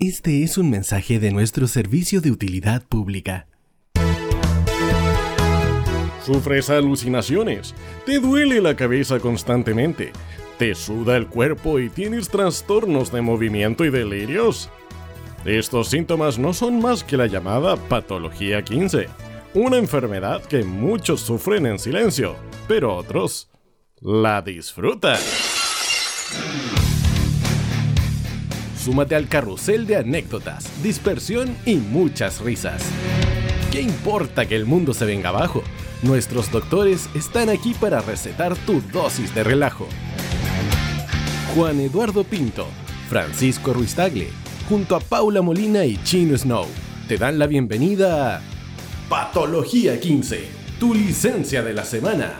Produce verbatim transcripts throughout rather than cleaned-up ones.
Este es un mensaje de nuestro servicio de utilidad pública. ¿Sufres alucinaciones? ¿Te duele la cabeza constantemente? ¿Te suda el cuerpo y tienes trastornos de movimiento y delirios? Estos síntomas no son más que la llamada patología quince, una enfermedad que muchos sufren en silencio, pero otros la disfrutan. Súmate al carrusel de anécdotas, dispersión y muchas risas. ¿Qué importa que el mundo se venga abajo? Nuestros doctores están aquí para recetar tu dosis de relajo. Juan Eduardo Pinto, Francisco Ruiz Tagle, junto a Paula Molina y Chino Snow, te dan la bienvenida a Patología quince, tu licencia de la semana.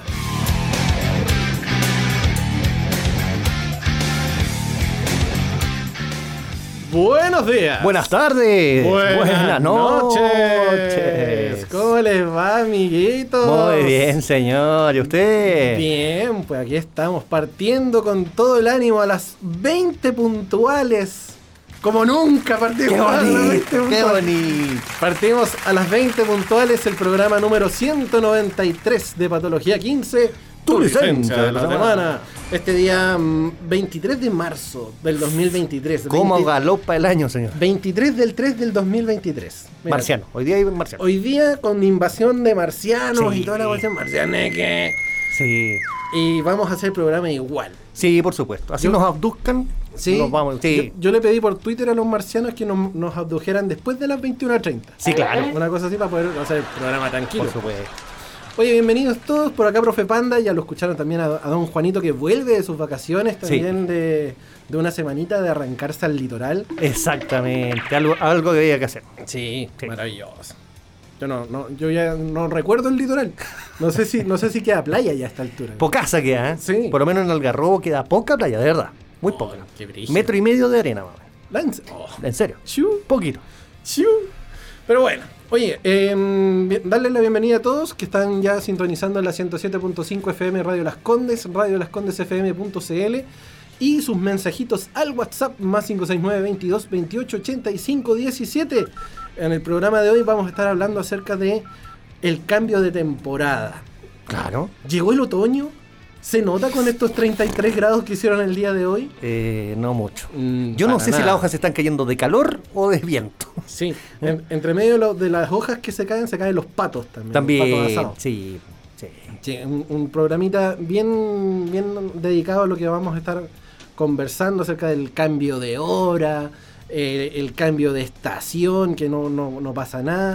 Buenos días. Buenas tardes. Buenas, Buenas noches. noches. ¿Cómo les va, amiguitos? Muy bien, señor. ¿Y usted? Bien, pues aquí estamos partiendo con todo el ánimo a las veinte puntuales. Como nunca partimos Qué a las bonito, veinte qué puntuales. bonito. Partimos a las veinte puntuales, el programa número ciento noventa y tres de Patología quince, tu licencia de la semana. Este día mm, veintitrés de marzo del dos mil veintitrés. ¿Cómo veinte galopa el año, señor? veintitrés del tres del dos mil veintitrés. Mira, Marciano. Hoy día hay marciano. hoy día con invasión de marcianos Sí. y toda la cuestión marcianeque. Sí. Y vamos a hacer el programa igual. Sí, por supuesto. Así Yo- nos abduzcan. Sí, Nos vamos. Sí. Yo, yo le pedí por Twitter a los marcianos que nos, nos abdujeran después de las veintiuna treinta. Sí, claro. Una cosa así para poder hacer el programa tranquilo. Por supuesto. Oye, bienvenidos todos. Por acá, Profe Panda. Ya lo escucharon también a, a don Juanito, que vuelve de sus vacaciones, también de, de una semanita de arrancarse al litoral. Exactamente. Algo, algo que había que hacer. Sí, Sí. maravilloso. Yo no, no, yo ya no recuerdo el litoral. No sé si, no sé si queda playa ya a esta altura. Pocasa queda, ¿eh? Sí. Por lo menos en Algarrobo queda poca playa, de verdad. Muy Oh, poca. qué brígido. Metro y medio de arena, mamá. Lance. Oh. En serio. Chiu. Poquito. Chiu. Pero bueno, oye, eh, bien- darle la bienvenida a todos que están ya sintonizando la ciento siete punto cinco F M Radio Las Condes, Radio Las Condes F M punto C L y sus mensajitos al WhatsApp más cinco seis nueve, veintidós, veintiocho, ochenta y cinco, diecisiete. En el programa de hoy vamos a estar hablando acerca de el cambio de temporada. Claro. ¿Llegó el otoño? ¿Se nota con estos treinta y tres grados que hicieron el día de hoy? Eh, no mucho. Mm, Yo no para sé si nada. las hojas se están cayendo de calor o de viento. Sí, en- entre medio de, lo- de las hojas que se caen, se caen los patos también. los patos También, asados. sí, sí. Sí, un, un programita bien, bien dedicado a lo que vamos a estar conversando acerca del cambio de hora, eh, el cambio de estación, que no, no, no pasa nada.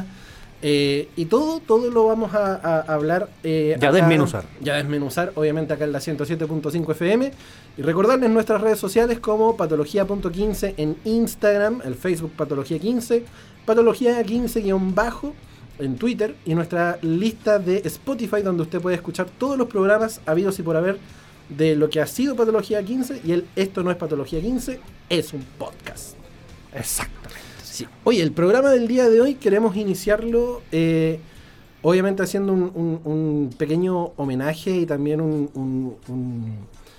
Eh, y todo, todo lo vamos a, a hablar. eh, Ya acá- desmenuzar. Ya desmenuzar, obviamente acá en la ciento siete punto cinco F M. Y recordarles nuestras redes sociales como patología punto quince en Instagram, el Facebook Patología quince, Patología quince guión bajo en Twitter y nuestra lista de Spotify donde usted puede escuchar todos los programas habidos y por haber de lo que ha sido Patología quince y el Esto no es Patología quince, es un podcast. Exactamente. Sí. Oye, el programa del día de hoy queremos iniciarlo eh, obviamente haciendo un, un- un pequeño homenaje y también un, un- un-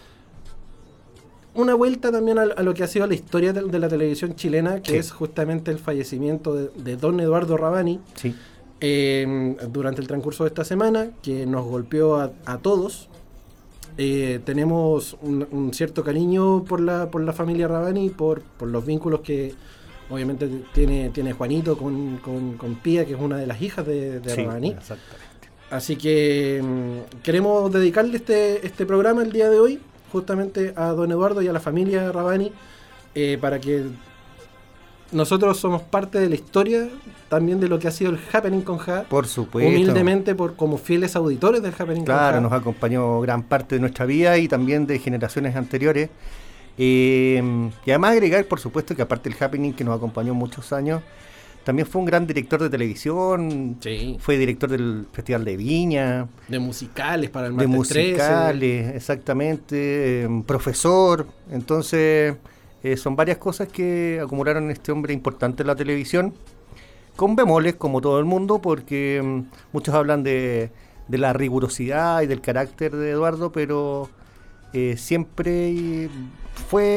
una vuelta también a, a lo que ha sido la historia de, de la televisión chilena, que Sí. es justamente el fallecimiento de, de don Eduardo Rabani Sí. eh, durante el transcurso de esta semana, que nos golpeó a, a todos. Eh, tenemos un, un cierto cariño por la, por la familia Rabani, por, por los vínculos que obviamente tiene, tiene Juanito con, con, con Pía, que es una de las hijas de, de Sí, Rabani. exactamente. Así que mm, queremos dedicarle este, este programa el día de hoy justamente a don Eduardo y a la familia Rabani, eh, para que nosotros somos parte de la historia también de lo que ha sido el Happening con Ja, Por supuesto. humildemente por como fieles auditores del Happening Claro, con nos Ja. acompañó gran parte de nuestra vida y también de generaciones anteriores. Eh, y además agregar, por supuesto, que aparte del Happening, que nos acompañó muchos años, también fue un gran director de televisión, Sí, fue director del Festival de Viña, de musicales para el de martes trece. musicales, exactamente, eh, profesor. Entonces, eh, son varias cosas que acumularon este hombre importante en la televisión, con bemoles, como todo el mundo, porque mm, muchos hablan de, de la rigurosidad y del carácter de Eduardo, pero eh, siempre eh, fue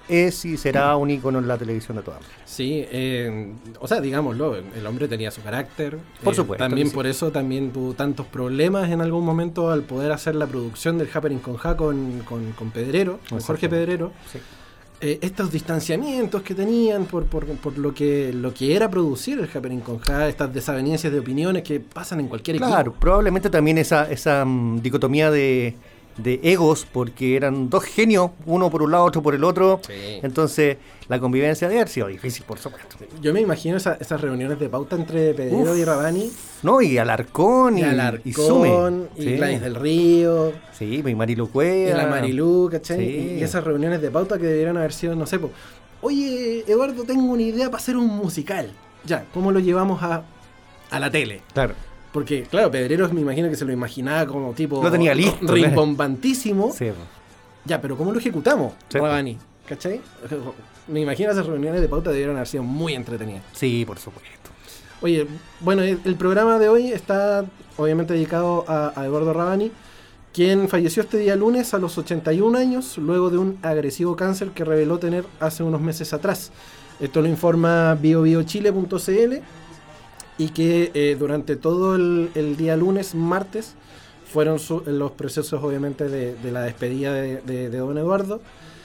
es y será un ícono en la televisión de todas maneras. Sí, eh, o sea, digámoslo, el hombre tenía su carácter. Por eh, supuesto. También sí. por eso también tuvo tantos problemas en algún momento al poder hacer la producción del Happening con Ja con, con, con Pedrero, con Jorge Pedrero. Sí. Eh, estos distanciamientos que tenían por, por, por lo que lo que era producir el Happening con Ja, estas desavenencias de opiniones que pasan en cualquier Claro, equipo. probablemente también esa, esa um, dicotomía de, de egos, porque eran dos genios, uno por un lado, otro por el otro. Sí. Entonces, la convivencia debe haber sido difícil, por supuesto. Yo me imagino esa, esas reuniones de pauta entre Pedrero Uf. y Rabani. No, y Alarcón y, Y Alarcón, y Sume. y Sí. Gladys del Río. Sí, y Marilu Y Cueva. la Marilú, ¿cachai? Sí. Y esas reuniones de pauta que debieran haber sido, no sé, po, oye, Eduardo, tengo una idea para hacer un musical. Ya, ¿cómo lo llevamos a, a la tele? Claro. Porque, claro, Pedrero me imagino que se lo imaginaba como tipo... Lo tenía listo, rimbombantísimo. Sí, po. Ya, pero ¿cómo lo ejecutamos, Sí. Rabani? ¿Cachai? Me imagino esas reuniones de pauta debieron haber sido muy entretenidas. Sí, por supuesto. Oye, bueno, el, el programa de hoy está obviamente dedicado a, a Eduardo Rabani, quien falleció este día lunes a los ochenta y un años, luego de un agresivo cáncer que reveló tener hace unos meses atrás. Esto lo informa bio bio chile punto c l y que eh, durante todo el, el día lunes, martes, fueron su, los procesos obviamente de, de la despedida de, de, de don Eduardo.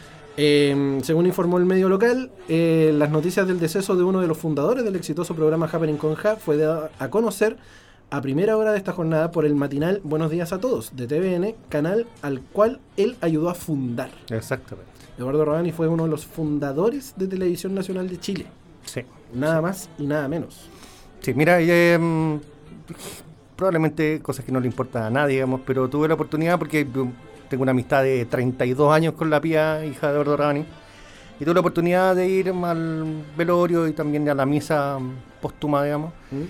Eh, según informó el medio local, eh, las noticias del deceso de uno de los fundadores del exitoso programa Happening con Ja fue dada a conocer a primera hora de esta jornada por el matinal Buenos Días a Todos de T V N, canal al cual él ayudó a fundar. Exactamente. Eduardo Rabani fue uno de los fundadores de Televisión Nacional de Chile. Sí. Nada más y nada menos. Sí, mira, eh, probablemente cosas que no le importan a nadie, digamos, pero tuve la oportunidad porque yo tengo una amistad de treinta y dos años con la Pía, hija de Eduardo Rabani, y tuve la oportunidad de ir al velorio y también a la misa póstuma, digamos. ¿Mm?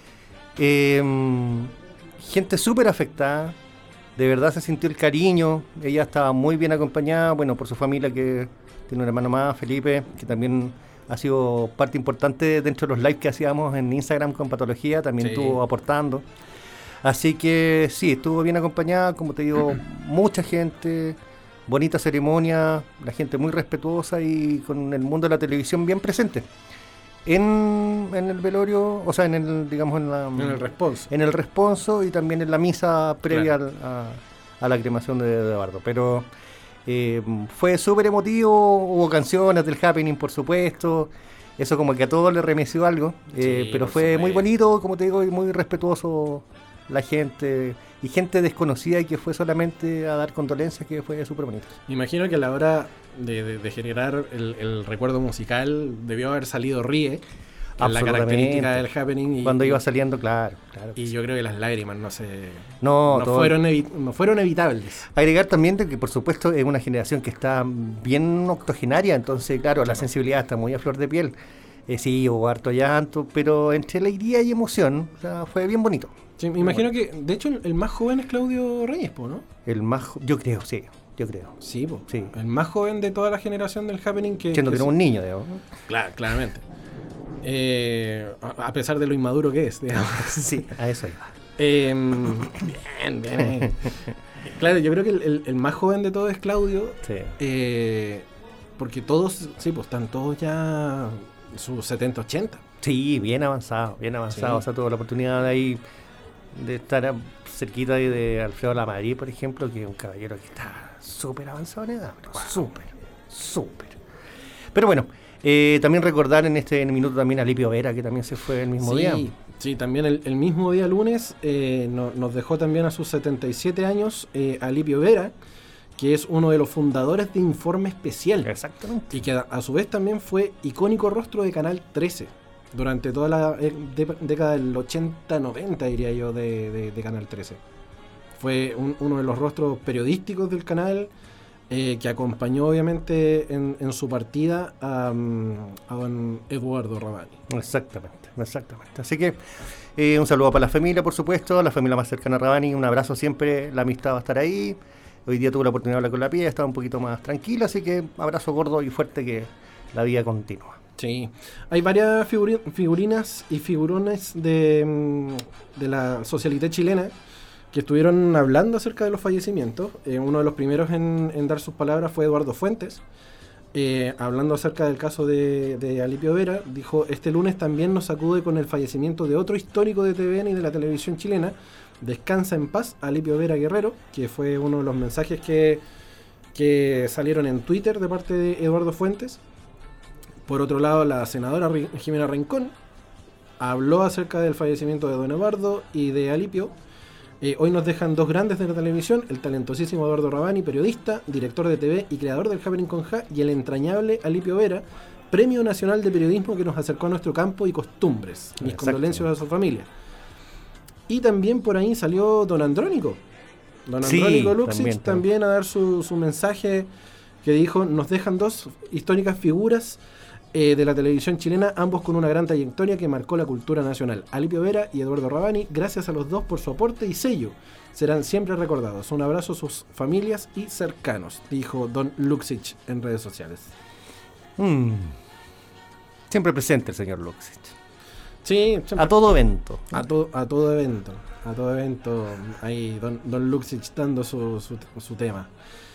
Eh, gente súper afectada, de verdad se sintió el cariño, ella estaba muy bien acompañada, bueno, por su familia que tiene un hermano más, Felipe, que también ha sido parte importante dentro de los lives que hacíamos en Instagram con Patología, también Sí. estuvo aportando. Así que sí, estuvo bien acompañada, como te digo, mucha gente, bonita ceremonia, la gente muy respetuosa y con el mundo de la televisión bien presente. En, en el velorio, o sea, en el, digamos, en la... En el responso. En el responso y también en la misa previa Claro. al- a, a la cremación de Eduardo. Pero eh, fue súper emotivo, hubo canciones del Happening, por supuesto. Eso como que a todos le remeció algo. eh, Sí, pero por fue muy supuesto. bonito, como te digo, y muy respetuoso la gente. Y gente desconocida y que fue solamente a dar condolencias, que fue súper bonito. Me imagino que a la hora de, de- de generar el, el recuerdo musical debió haber salido Ríe, que es la Absolutamente. característica del Happening. Y, Cuando iba saliendo, claro. claro. y yo creo que las lágrimas no se No, no todo- fueron, evi- no fueron evitables. Agregar también de que, por supuesto, es una generación que está bien octogenaria, entonces, claro, la sensibilidad está muy a flor de piel. Eh, sí, hubo harto llanto, pero entre alegría y emoción, o sea, fue bien bonito. Sí, me imagino que, de hecho, el, el más joven es Claudio Reyes, po, ¿no? El más, jo- yo creo, sí, yo creo. Sí, po. Sí. El más joven de toda la generación del Happening que... Siendo que que no es- un niño, digamos. Claro, claramente. Eh, a a pesar de lo inmaduro que es, digamos. Sí, a eso iba. Eh, bien, bien. eh. Claro, yo creo que el, el- el más joven de todos es Claudio. Sí. eh, porque todos, sí, pues están todos ya sus setenta, ochenta. Sí, bien avanzado, bien avanzado. Sí. O sea, tuve la oportunidad de ahí de estar a- cerquita ahí de Alfredo Lamadrid, por ejemplo, que es un caballero que está súper avanzado en edad, pero súper, súper. Pero bueno, eh, también recordar en este minuto también a Lipio Vera, que también se fue el mismo sí, día. Sí, también el, el mismo día lunes eh, no- nos dejó también a sus setenta y siete años eh, a Lipio Vera, que es uno de los fundadores de Informe Especial. Exactamente. Y que a, a su vez también fue icónico rostro de Canal trece. Durante toda la eh, de- década del ochenta noventa, diría yo, de, de- de Canal trece. Fue un- uno de los rostros periodísticos del canal, eh, que acompañó obviamente en, en su partida a, mm, a don Eduardo Rabani. Exactamente, exactamente. Así que eh, un saludo para la familia, por supuesto, la familia más cercana a Rabani, un abrazo siempre, la amistad va a estar ahí. Hoy día tuve la oportunidad de hablar con la Pía, estaba un poquito más tranquila, así que abrazo gordo y fuerte, que la vida continúa. Sí, hay varias figuri- figurinas y figurones de, mm, de la socialité chilena que estuvieron hablando acerca de los fallecimientos. Eh, uno de los primeros en, en dar sus palabras fue Eduardo Fuentes, eh, hablando acerca del caso de, de Alipio Vera, dijo: este lunes también nos sacude con el fallecimiento de otro histórico de T V N y de la televisión chilena. Descansa en paz, Alipio Vera Guerrero, que fue uno de los mensajes que, que salieron en Twitter de parte de Eduardo Fuentes. Por otro lado, la senadora Jimena Rincón habló acerca del fallecimiento de don Eduardo y de Alipio. Eh, hoy nos dejan dos grandes de la televisión: el talentosísimo Eduardo Rabani, periodista, director de T V y creador del Happening con Ja, y el entrañable Alipio Vera, Premio Nacional de Periodismo que nos acercó a nuestro campo y costumbres. Mis Exacto. condolencias a su familia. Y también por ahí salió don Andrónico. Don Sí, Andrónico Luxich también, también, también. a dar su, su mensaje, que dijo: nos dejan dos históricas figuras Eh, de la televisión chilena, ambos con una gran trayectoria que marcó la cultura nacional. Alipio Vera y Eduardo Rabani, gracias a los dos por su aporte y sello, serán siempre recordados. Un abrazo a sus familias y cercanos, dijo don Luxich en redes sociales. Mm. Siempre presente el señor Luxich. Sí, siempre, A todo evento. a, to, a todo evento, a todo evento, ahí don, don Luxich dando su, su, su tema.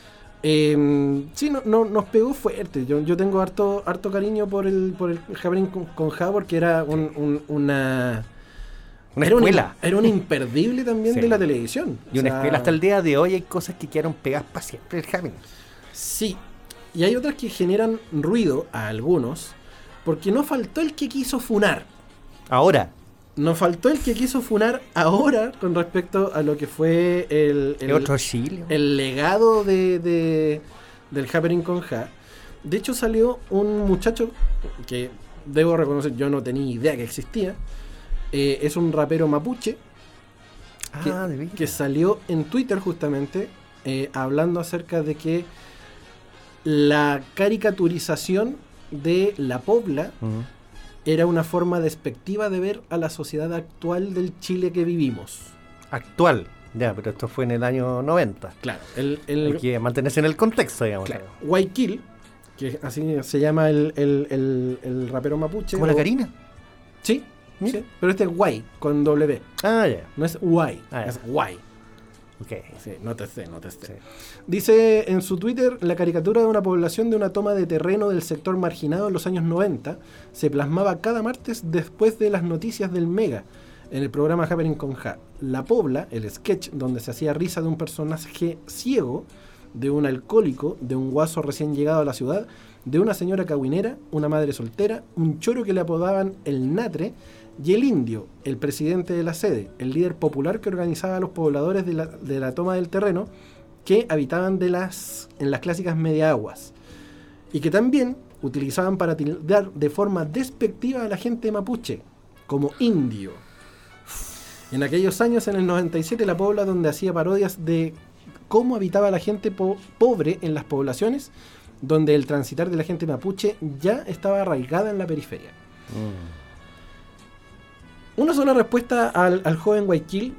Eh, sí, no, no, nos pegó fuerte. Yo, yo tengo harto, harto cariño por el, por el Happening con, con Ja, porque era un, un, una, Una era escuela. Un, era un imperdible también Sí. de la televisión. Y una O sea, escuela. Hasta el día de hoy hay cosas que quedaron pegadas para siempre el Happening. Sí, y hay otras que generan ruido a algunos, porque no faltó el que quiso funar. Ahora. Nos faltó el que quiso funar ahora con respecto a lo que fue el, el, El otro Chile. el legado de, de del Happening con Ja. De hecho salió un muchacho que debo reconocer, yo no tenía idea que existía. Eh, es un rapero mapuche que, Ah, de veras. que salió en Twitter justamente eh, hablando acerca de que la caricaturización de la pobla Mm. era una forma despectiva de ver a la sociedad actual del Chile que vivimos. Actual. Ya, pero esto fue en el año noventa. Claro, el, el, Hay que mantenerse en el contexto, digamos. claro, Guayquil, que así se llama el, el, el, el rapero mapuche. ¿Como la o- Karina? Sí, Mira. sí, pero este es Guay, con W. Ah, ya. No es Guay, Ah, ya. es Guay. Ok. Sí, no te sé, no te sé. Sí. Dice en su Twitter: la caricatura de una población de una toma de terreno del sector marginado en los años noventa se plasmaba cada martes después de las noticias del Mega en el programa Happening con Ja. La Pobla, el sketch donde se hacía risa de un personaje ciego, de un alcohólico, de un guaso recién llegado a la ciudad, de una señora cahuinera, una madre soltera, un choro que le apodaban el Natre, y el Indio, el presidente de la sede, el líder popular que organizaba a los pobladores de la, de la toma del terreno que habitaban de las, en las clásicas mediaguas, y que también utilizaban para tildar de forma despectiva a la gente mapuche, como indio. En aquellos años, en el noventa y siete, la Pobla, donde hacía parodias de cómo habitaba la gente po- pobre en las poblaciones, donde el transitar de la gente mapuche ya estaba arraigada en la periferia. Mm. Una sola respuesta al, al joven Guayquil,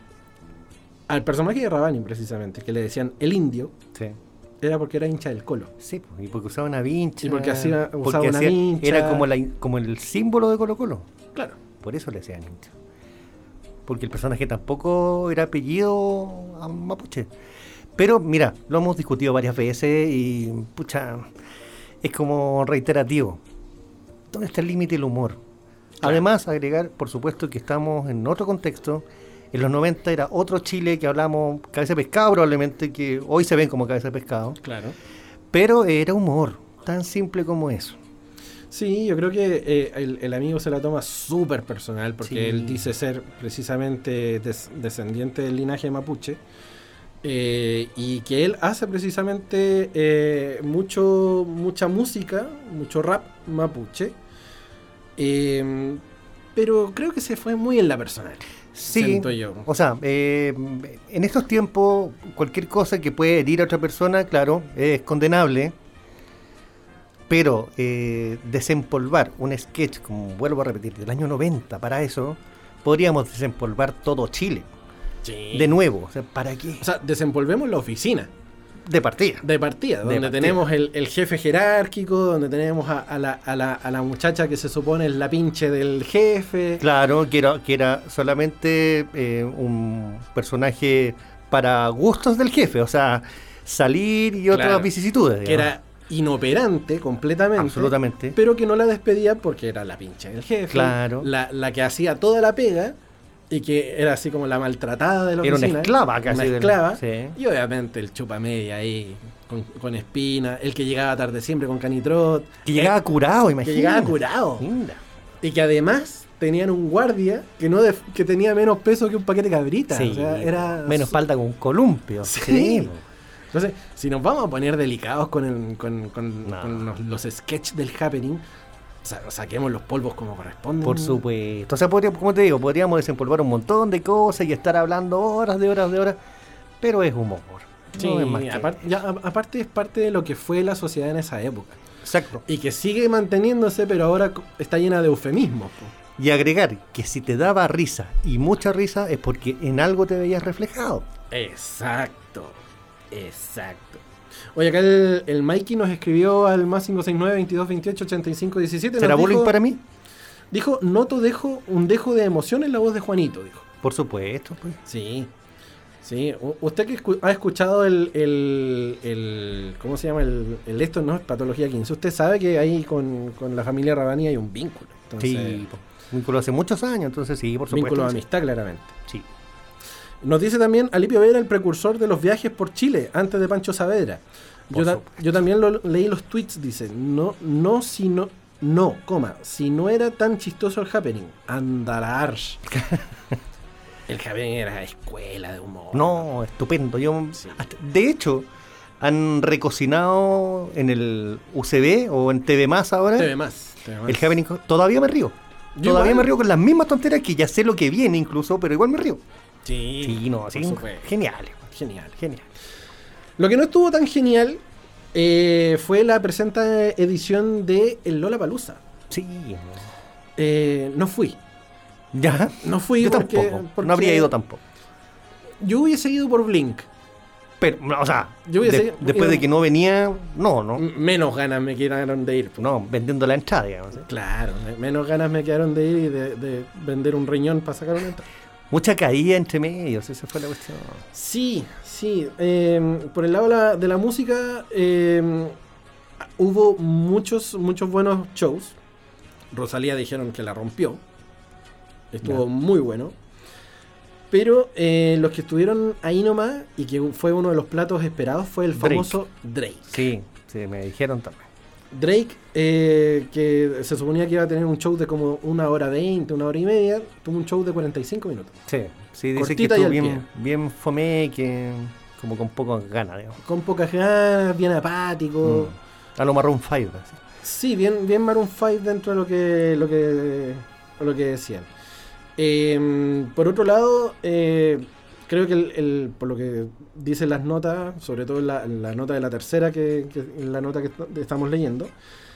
al personaje de Rabani precisamente, que le decían el indio, Sí. era porque era hincha del Colo. Sí, pues, y porque usaba una vincha. Y porque hacía- porque usaba una hacía- vincha. Era como, la, como el símbolo de Colo Colo. Claro. Por eso le decían hincha. Porque el personaje tampoco era apellido a mapuche. Pero mira, lo hemos discutido varias veces y pucha, es como reiterativo. ¿Dónde está el límite del humor? Claro. Además, agregar, por supuesto, que estamos en otro contexto. En los noventa era otro Chile que hablamos cabeza de pescado probablemente, que hoy se ven como cabeza de pescado. Claro. Pero era humor, tan simple como eso. Sí, yo creo que eh, el, el amigo se la toma súper personal porque Sí. él dice ser precisamente des- descendiente del linaje mapuche, eh, y que él hace precisamente eh, mucho mucha música, mucho rap mapuche, eh, pero creo que se fue muy en la personal. Sí, Siento yo. o sea, eh, en estos tiempos cualquier cosa que puede herir a otra persona, claro, es condenable. Pero eh, desempolvar un sketch, como vuelvo a repetir, del año noventa, para eso podríamos desempolvar todo Chile. Sí. De nuevo, o sea, ¿para qué? O sea, desenvolvemos la oficina De partida. de partida, De donde partida. tenemos el, el jefe jerárquico, donde tenemos a, a, la, a, la, a la muchacha que se supone es la pinche del jefe. Claro, que era, que era solamente eh, un personaje para gustos del jefe, o sea, salir y otras Claro. vicisitudes. Que digamos. era inoperante completamente. Absolutamente. Pero que no la despedía porque era la pincha del jefe. Claro. La, la que hacía toda la pega y que era así como la maltratada de la Era oficina. una esclava casi. Una del- esclava. Sí. Y obviamente el chupa media ahí, con, con espina. El que llegaba tarde siempre con canitrot. Que llegaba curado, Que imagínate. llegaba curado. Linda. Y que además tenían un guardia que no def- que tenía menos peso que un paquete de cabrita. Sí. O sea, era Menos falta con un columpio. Sí. Entonces, si nos vamos a poner delicados con, el, con, con, No. con los, los sketches del happening, sa- saquemos los polvos como corresponden. Por supuesto. O sea, podría, como te digo, podríamos desempolvar un montón de cosas y estar hablando horas de horas de horas, pero es humor. Sí, No es más que- apar- ya, a- aparte es parte de lo que fue la sociedad en esa época. Exacto. Y que sigue manteniéndose, pero ahora co- está llena de eufemismos. po. Y agregar que si te daba risa y mucha risa es porque en algo te veías reflejado. Exacto, exacto. Oye, acá el, el Mikey nos escribió al más cinco seis nueve, veintidós veintiocho, ochenta y cinco diecisiete. ¿Será nos bullying dijo, para mí? Dijo, noto dejo, un dejo de emoción en la voz de Juanito, dijo. Por supuesto. Pues. Sí, sí. U- Usted que escu- ha escuchado el, el, el- ¿cómo se llama? El, el esto no es Patología quince. Usted sabe que ahí con, con la familia Rabani hay un vínculo. Entonces, Sí, po. Vínculo hace muchos años, entonces sí, por supuesto. vínculo de sí. amistad, claramente. Sí. Nos dice también Alipio Vera, el precursor de los viajes por Chile, antes de Pancho Saavedra. Yo, Por ta- supuesto. yo también lo, leí los tweets, dice, no, no, si no, no, coma, si no era tan chistoso el happening, andalar. El happening era escuela de humor. No, estupendo. Yo, Sí. hasta- de hecho, han recocinado en el U C B o en T V Más ahora Te ve más. te ve más. el happening. Todavía me río. Yo Todavía igual. me río con las mismas tonteras que ya sé lo que viene incluso, pero igual me río. Sí, Sí, no, así por supuesto. genial. Genial. Genial. Lo que no estuvo tan genial eh, fue la presenta edición de el Lollapalooza. Sí. Eh, no fui. Ya. No fui Yo porque, tampoco. porque No habría ido tampoco. Yo hubiese ido por Blink. Pero, no, o sea, Yo hubiese de- ido- después de que no venía, no, no. M- Menos ganas me quedaron de ir. po. No, vendiendo la entrada, digamos. ¿eh? Claro, me- menos ganas me quedaron de ir y de, de vender un riñón para sacar una entrada. Mucha caída entre medios, esa fue la cuestión. Sí, sí. eh, por el lado de la, de la música, eh, hubo muchos, muchos buenos shows. Rosalía dijeron que la rompió. Estuvo Ya. muy bueno. Pero eh, los que estuvieron ahí nomás y que fue uno de los platos esperados fue el Drake. famoso Drake. Sí, sí, me dijeron también. Drake, eh, que se suponía que iba a tener un show de como una hora veinte, una hora y media, tuvo un show de cuarenta y cinco minutos. Sí, sí, dice que Cortita y estuvo al bien, bien fome, que como con pocas ganas, digamos. Con pocas ganas, bien apático. Mm. A lo Maroon cinco, así. Sí, bien, bien Maroon cinco dentro de lo que, lo que, lo que decían. Eh, por otro lado, eh, creo que el, el- por lo que dicen las notas, sobre todo en la, en la nota de la tercera, que, que en la nota que est- estamos leyendo,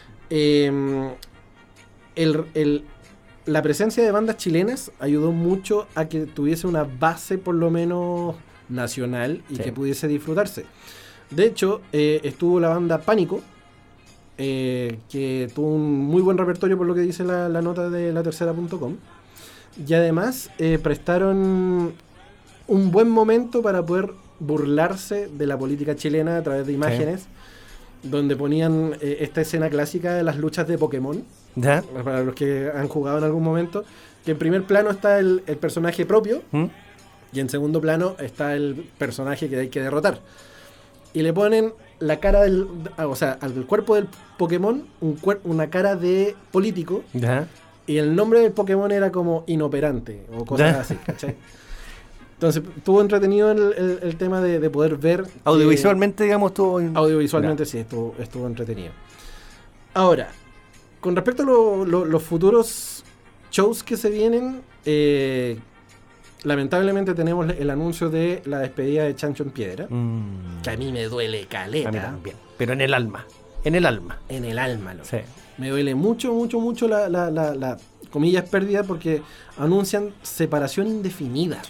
eh, el, el- la presencia de bandas chilenas ayudó mucho a que tuviese una base por lo menos nacional y Sí. que pudiese disfrutarse. De hecho, eh, estuvo la banda Pánico, eh, que tuvo un muy buen repertorio por lo que dice la, la nota de la tercera punto com. Y además eh, prestaron un buen momento para poder burlarse de la política chilena a través de imágenes, donde ponían eh, esta escena clásica de las luchas de Pokémon, ¿Ya? para los que han jugado en algún momento, que en primer plano está el, el personaje propio ¿Mm? y en segundo plano está el personaje que hay que derrotar. Y le ponen la cara del... O sea, al cuerpo del Pokémon un cuer- una cara de político. ¿Ya? Y el nombre del Pokémon era como inoperante o cosas Ya. así, ¿cachai? Entonces, estuvo entretenido el, el- el tema de, de poder ver... que- Audiovisualmente, digamos, estuvo... audiovisualmente sí, estuvo, estuvo entretenido. Ahora, con respecto a lo- lo- los futuros shows que se vienen, eh, lamentablemente tenemos el anuncio de la despedida de Chancho en Piedra, Mm, que a mí me duele caleta. a mí también. Pero en el alma. En el alma. En el alma, loco. Sí. Me duele mucho, mucho, mucho la, la, la, la comillas pérdida porque anuncian separación indefinida.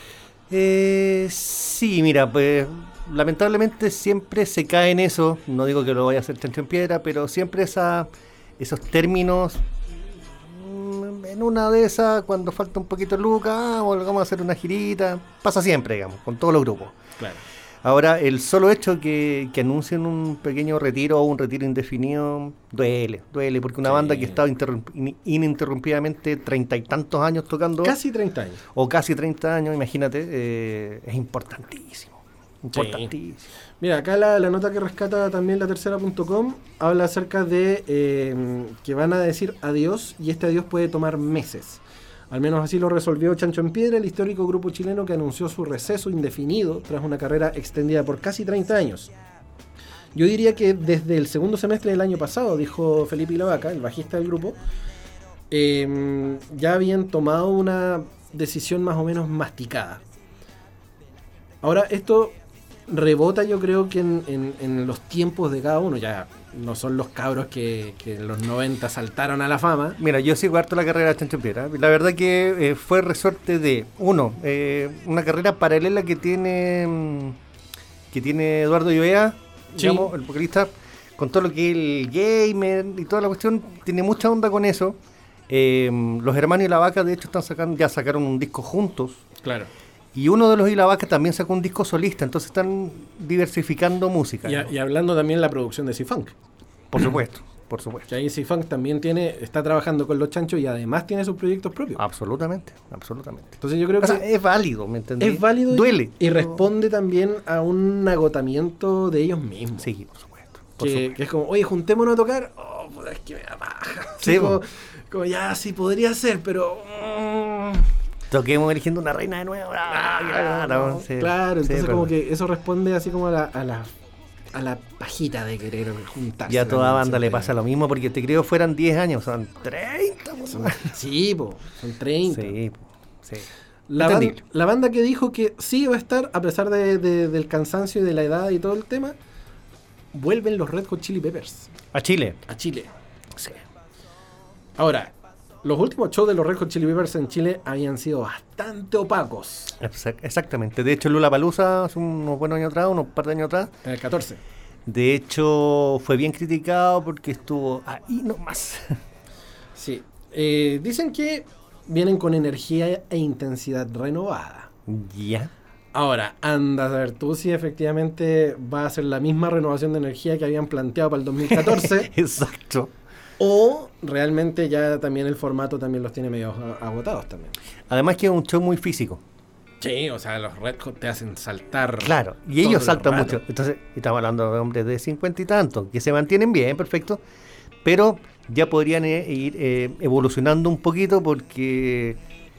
Eh, sí, mira, pues lamentablemente siempre se cae en eso. No digo que lo vaya a hacer Chancho en Piedra, pero siempre esa, esos términos. mm, En una de esas, cuando falta un poquito de lucas, ah, o vamos a hacer una girita. Pasa siempre, digamos, con todos los grupos. Claro. Ahora, el solo hecho que, que anuncien un pequeño retiro o un retiro indefinido, duele, duele, porque una Sí. banda que ha estado interrump- in- ininterrumpidamente treinta y tantos años tocando, Casi treinta años. o casi treinta años, imagínate, eh, es importantísimo, importantísimo. Mira, acá la, la nota que rescata también la tercera punto com habla acerca de eh, que van a decir adiós y este adiós puede tomar meses. Al menos así lo resolvió Chancho en Piedra, el histórico grupo chileno que anunció su receso indefinido tras una carrera extendida por casi treinta años. Yo diría que desde el segundo semestre del año pasado, dijo Felipe Ilavaca, el bajista del grupo, eh, ya habían tomado una decisión más o menos masticada. Ahora, esto rebota, yo creo que en, en- en los tiempos de cada uno. Ya no son los cabros que, que en los noventa saltaron a la fama. Mira, yo sigo harto la carrera de Chancho en Piedra. La verdad que eh, fue resorte de, uno, eh, una carrera paralela que tiene mm, que tiene Eduardo Llovea, Sí. digamos, el vocalista, con todo lo que es el gamer y toda la cuestión, tiene mucha onda con eso. Eh, los hermanos y la vaca, de hecho, están sacando, ya sacaron un disco juntos. Claro. Y uno de los y la vaca también sacó un disco solista, entonces están diversificando música. Y, a- ¿no? y hablando también de la producción de C-Funk. Por supuesto, por supuesto. Que ahí C-Funk también tiene, está trabajando con los chanchos y además tiene sus proyectos propios. Absolutamente, absolutamente. Entonces yo creo O sea, que es válido, ¿me entendés? es válido y- Duele. y responde también a un agotamiento de ellos mismos. Sí, por supuesto. Por Que, supuesto. que es como, oye, juntémonos a tocar. Oh, puta, es que me da paja. Sí, Así como, po. como, ya, sí podría ser, pero. mm, Toquemos eligiendo una reina de nuevo. Ah, claro, no, sí. claro, Sí, entonces pero como que eso responde así como a la, a la, a la pajita de querer juntarse. ya a toda también, banda le siempre. pasa lo mismo, porque te creo fueran diez años, son treinta. po. Son- Sí, po, son treinta. Sí, po, sí. La, ban- Entendible. la banda que dijo que sí va a estar, a pesar de, de- del cansancio y de la edad y todo el tema, vuelven los Red Hot Chili Peppers A Chile. a Chile. Sí. Ahora, los últimos shows de los Red Hot Chili Peppers en Chile habían sido bastante opacos. Exac- Exactamente. De hecho, Lollapalooza hace unos buenos años atrás, unos par de años atrás, En el catorce. de hecho, fue bien criticado porque estuvo ahí nomás. Sí. Eh, dicen que vienen con energía e intensidad renovada. Ya. Ahora, anda a ver tú si efectivamente va a ser la misma renovación de energía que habían planteado para el dos mil catorce Exacto. o realmente ya también el formato también los tiene medio a- agotados también. Además que es un show muy físico. Sí, o sea, los Red Hot te hacen saltar. Claro, y todo ellos el saltan rato. mucho. Entonces, estamos hablando de hombres de cincuenta y tantos, que se mantienen bien, perfecto, pero ya podrían eh, ir eh, evolucionando un poquito porque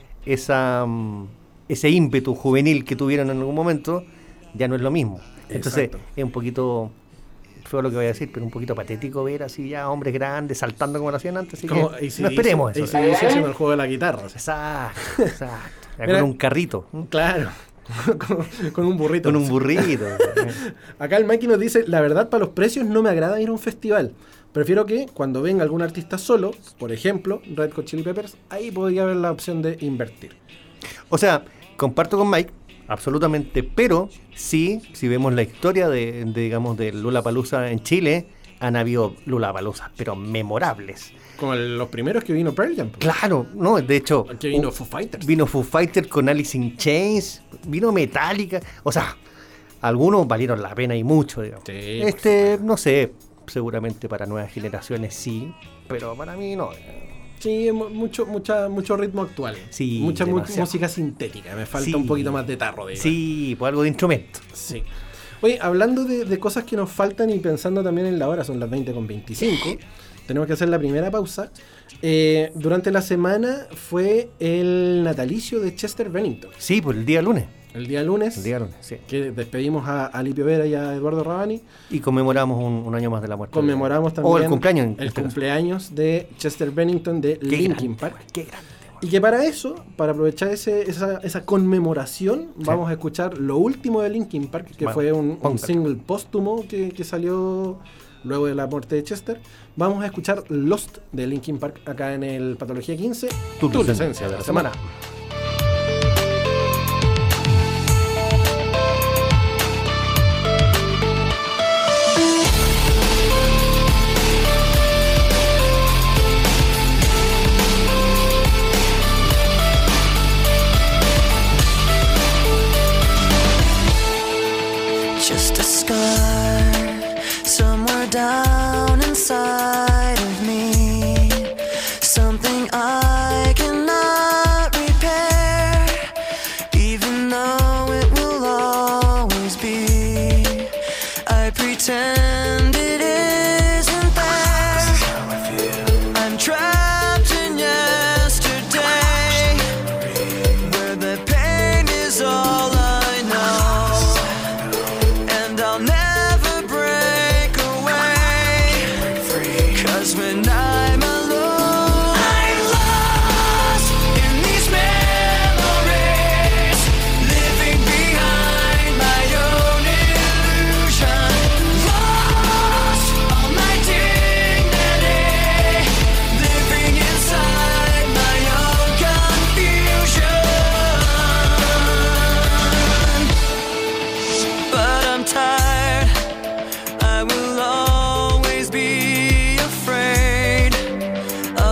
esa mm, ese ímpetu juvenil que tuvieron en algún momento ya no es lo mismo. Entonces, Exacto. es un poquito, feo lo que voy a decir, pero un poquito patético ver así ya hombres grandes saltando como lo hacían antes. Así Como que A C/D C, no esperemos eso. A C/D C haciendo el juego de la guitarra. Exacto, exacto. Ya Mira, con un carrito, ¿m? Claro. con, con un burrito. con un burrito. Acá el Mikey nos dice, la verdad para los precios no me agrada ir a un festival. Prefiero que cuando venga algún artista solo, por ejemplo, Red Hot Chili Peppers, ahí podría haber la opción de invertir. O sea, comparto con Mike, absolutamente, pero sí, si vemos la historia de, de, digamos, de Lollapalooza en Chile, han habido Lollapaloozas, pero memorables. Como el- los primeros que vino Pearl Jam. Claro, no, de hecho, Que vino uh, Foo Fighters. vino Foo Fighters con Alice in Chains, vino Metallica, o sea, algunos valieron la pena y mucho, digamos. Sí, este, no sé, seguramente para nuevas generaciones sí, pero para mí no. Sí, mu- mucho, mucha, mucho ritmo actual. Sí, Mucha mu- demasiado. música sintética. Me falta Sí. un poquito más de tarro, digamos. Sí, pues algo de instrumento. Sí. Oye, hablando de, de cosas que nos faltan y pensando también en la hora, son las veinte con veinticinco. Tenemos que hacer la primera pausa. Eh, durante la semana fue el natalicio de Chester Bennington. Sí, pues el día lunes. El día lunes, El día lunes, sí. que despedimos a, a Lipio Vera y a Eduardo Rabani. Y conmemoramos un, un año más de la muerte. Conmemoramos también O el cumpleaños. en el este caso. cumpleaños de Chester Bennington de Qué Linkin grande, Park. weón, qué grande. Y que para eso, para aprovechar ese, esa, esa conmemoración, Sí. vamos a escuchar lo último de Linkin Park, que Bueno, fue un, un póngalo. single póstumo que, que salió luego de la muerte de Chester. Vamos a escuchar Lost de Linkin Park acá en el Patología quince, Tu tu licencia licencia de la semana.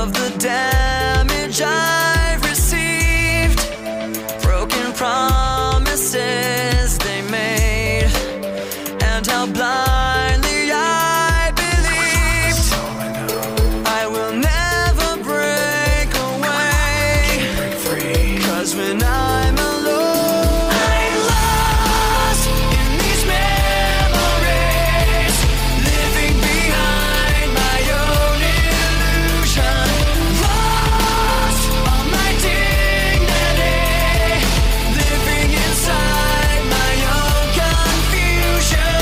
of the damage I've received, broken promises they made, and how blindly I believed. I will never break away, 'cause when I'm alone, I'm lost in these memories, living behind my own illusion, lost all my dignity, living inside my own confusion.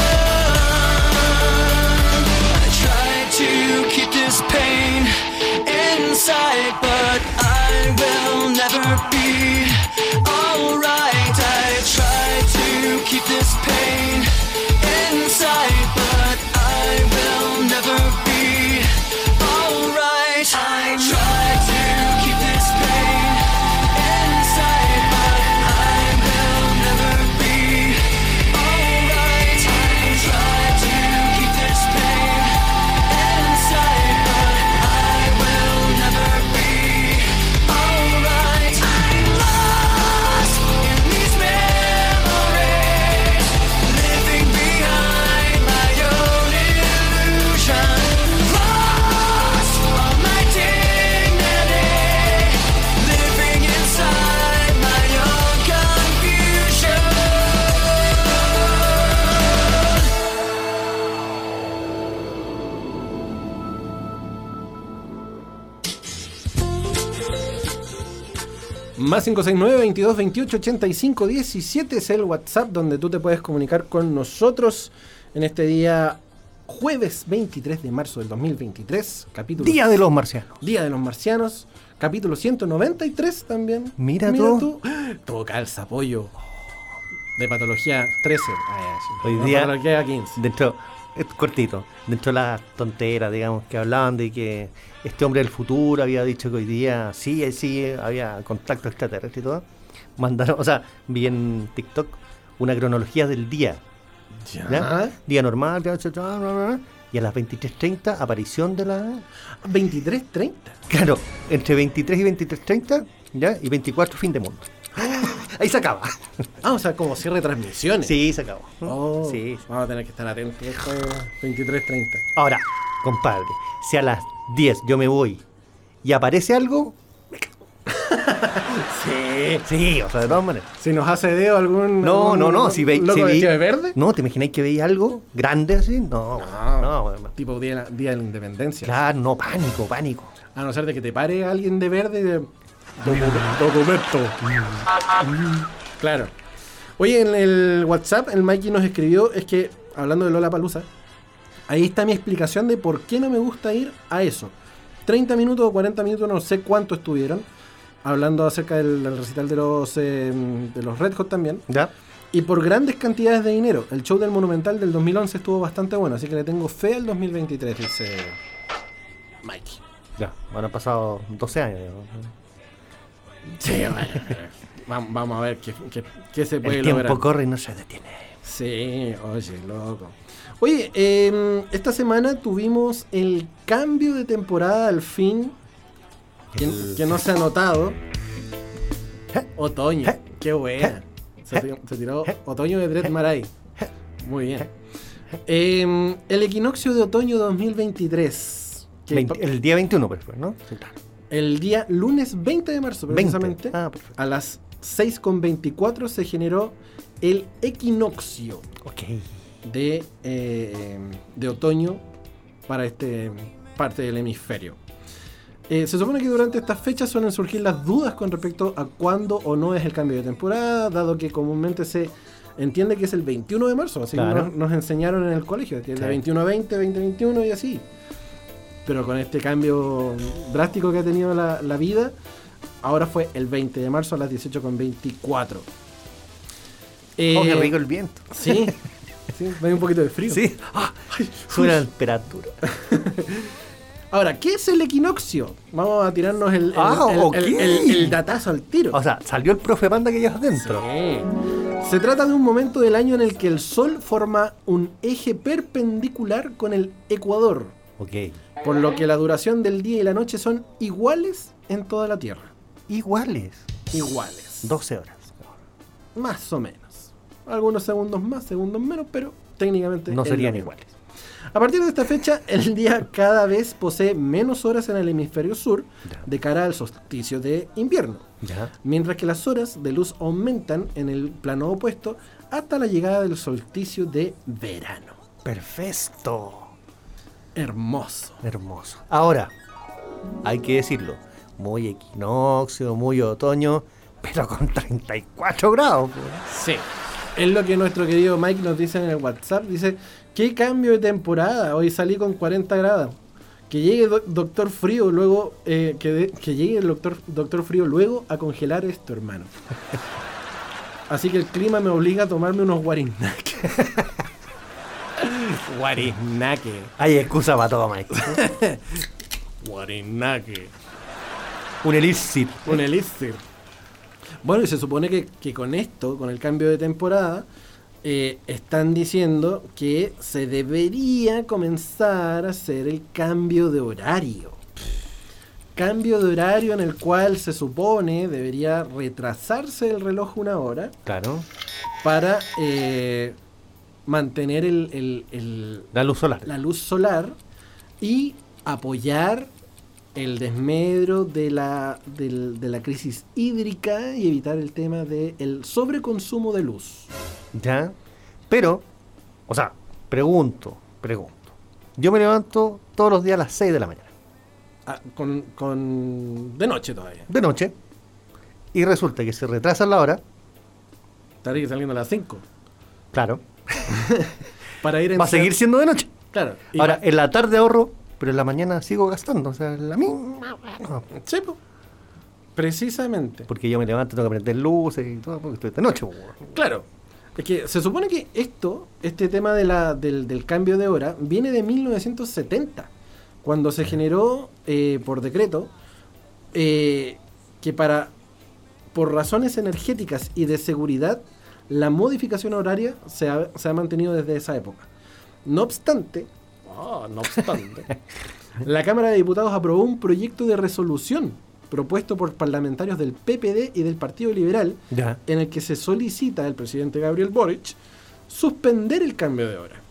I try to keep this pain inside, but I will never be alright. I try to keep this pain inside, but I will never be alright. I try to keep this pain inside, but I will never be alright. I try to keep this pain inside, but I will never be alright. I'm lost in these memories, living behind my own illusion, lost all my dignity, living inside my own confusion. Más cinco seis nueve, veintidós, veintiocho, ochenta y cinco, diecisiete es el WhatsApp donde tú te puedes comunicar con nosotros en este día jueves veintitrés de marzo del dos mil veintitrés, capítulo Día de los marcianos. Día de los Marcianos, capítulo ciento noventa y tres también. Mira tú. Todo calza, apoyo de patología trece. Ah, sí. Hoy No, día- patología quince. Dentro, es cortito, dentro de las tonteras, digamos, que hablaban de que este hombre del futuro había dicho que hoy día sí, sí, había contacto extraterrestre y todo. Mandaron, o sea, vi en TikTok una cronología del día. Ya. ¿Ya? Día normal, ya, ya, ya, bla, bla, bla, y a las veintitrés treinta, aparición de la... veintitrés treinta. Claro, entre veintitrés y veintitrés treinta, ¿ya? Y veinticuatro, fin de mundo. Ahí se acaba. Ah, o sea, como cierre de transmisiones. Sí, se acabó. Oh, Sí. Vamos a tener que estar atentos a esto, veintitrés treinta. Ahora, compadre, si a las diez yo me voy y aparece algo, Sí. sí, o sea, de todas maneras. Si nos hace dedo algún. No, algún no, no, si veis... loco si veis- vestido de verde. No, ¿te imagináis que veis algo grande así? No, No. no, bueno, Tipo día, de la- día de la independencia. claro, no, pánico, pánico. A no ser de que te pare alguien de verde y de... Documento. Claro. Oye, en el WhatsApp, el Mikey nos escribió, es que, hablando de Lollapalooza, ahí está mi explicación de por qué no me gusta ir a eso. treinta minutos o cuarenta minutos, no sé cuánto estuvieron, hablando acerca del, del recital de los, eh, de los Red Hot también. ¿Ya? Y por grandes cantidades de dinero. El show del Monumental del dos mil once estuvo bastante bueno, así que le tengo fe al dos mil veintitrés, dice Mikey. Ya, bueno, han pasado doce años. ¿no? Sí, bueno. Vamos, vamos a ver qué, qué, qué se puede El tiempo lograr. corre y no se detiene. Sí, oye, loco. Oye, eh, esta semana tuvimos el cambio de temporada al fin, que, que no se ha notado. Otoño, qué buena. Se, tiró- se tiró Otoño de Dread Marai. Muy bien. Eh, el equinoccio de otoño dos mil veintitrés. que veinte el día veintiuno, pues, fue, ¿no? Sí, claro. El día lunes veinte de marzo, precisamente, veinte. Ah, perfecto. a las seis con veinticuatro se generó el equinoccio Ok. de, eh, de otoño para este parte del hemisferio. Eh, se supone que durante estas fechas suelen surgir las dudas con respecto a cuándo o no es el cambio de temporada, dado que comúnmente se entiende que es el veintiuno de marzo, así Claro. nos, nos enseñaron en el colegio, que es de Sí. veintiuno a veinte, veinte a veintiuno y así. Pero con este cambio drástico que ha tenido la, la vida, ahora fue el veinte de marzo a las dieciocho con veinticuatro. Eh, Oh, qué rico el viento. Sí, sí, hay un poquito de frío. Sí. Ah, sube la temperatura. Ahora, ¿qué es el equinoccio? Vamos a tirarnos el, el, Ah, el- ok. el- el- el datazo al tiro. O sea, salió el profe Panda que llevas dentro. Sí. Se trata de un momento del año en el que el Sol forma un eje perpendicular con el Ecuador. Ok. por lo que la duración del día y la noche son iguales en toda la Tierra. Iguales. Iguales. doce horas. Más o menos. Algunos segundos más, segundos menos, pero técnicamente No es serían lo mismo. iguales. A partir de esta fecha, el día cada vez posee menos horas en el hemisferio sur Ya. de cara al solsticio de invierno, Ya. mientras que las horas de luz aumentan en el plano opuesto hasta la llegada del solsticio de verano. Perfecto. Hermoso. Hermoso. Ahora, hay que decirlo, muy equinoccio, muy otoño, pero con treinta y cuatro grados. pues. Sí. Es lo que nuestro querido Mike nos dice en el WhatsApp. Dice, ¿qué cambio de temporada? Hoy salí con cuarenta grados. Que llegue do- Doctor Frío luego, eh, que, de- que llegue el doctor, doctor Frío luego a congelar esto, hermano. Así que el clima me obliga a tomarme unos guarinaques. Guarinaque. Hay excusa para todo, Mike. Guarinaque. Un elixir. Un elixir. Bueno, y se supone que, que con esto, con el cambio de temporada, eh, están diciendo que se debería comenzar a hacer el cambio de horario. Cambio de horario en el cual se supone debería retrasarse el reloj una hora Claro. para eh, mantener el, el- el- La luz solar. la luz solar y apoyar el desmedro de la, del- de la crisis hídrica y evitar el tema del sobreconsumo de luz. ¿Ya? Pero, o sea, pregunto, pregunto. Yo me levanto todos los días a las seis de la mañana. Ah, con, con- de noche todavía. De noche. Y resulta que se retrasa la hora. Estaría saliendo a las cinco. Claro. Para ir en Va a seguir siendo de noche. Claro. y Ahora, va- en la tarde ahorro, pero en la mañana sigo gastando. O sea, la misma. bueno, Sí, po. Precisamente. Porque yo me levanto, tengo que prender luces y todo, porque estoy de noche. pues, weón. Claro. Es que se supone que esto, este tema de la, del, del cambio de hora, viene de mil novecientos setenta, cuando se generó eh, por decreto eh, que para, por razones energéticas y de seguridad, la modificación horaria se ha, se ha mantenido desde esa época. No obstante, oh, no obstante, la Cámara de Diputados aprobó un proyecto de resolución propuesto por parlamentarios del P P D y del Partido Liberal, Ya. en el que se solicita al presidente Gabriel Boric suspender el cambio de hora.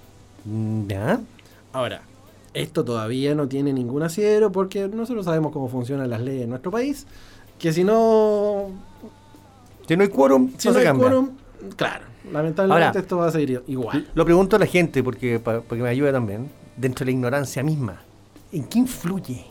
Mm, Ya. Ahora, esto todavía no tiene ningún asidero porque nosotros sabemos cómo funcionan las leyes en nuestro país, que si no, Si no hay quórum, si no no se hay cambia. quórum, claro, lamentablemente Ahora, esto va a seguir igual. Lo pregunto a la gente porque para que me ayude también. Dentro de la ignorancia misma, ¿en qué influye?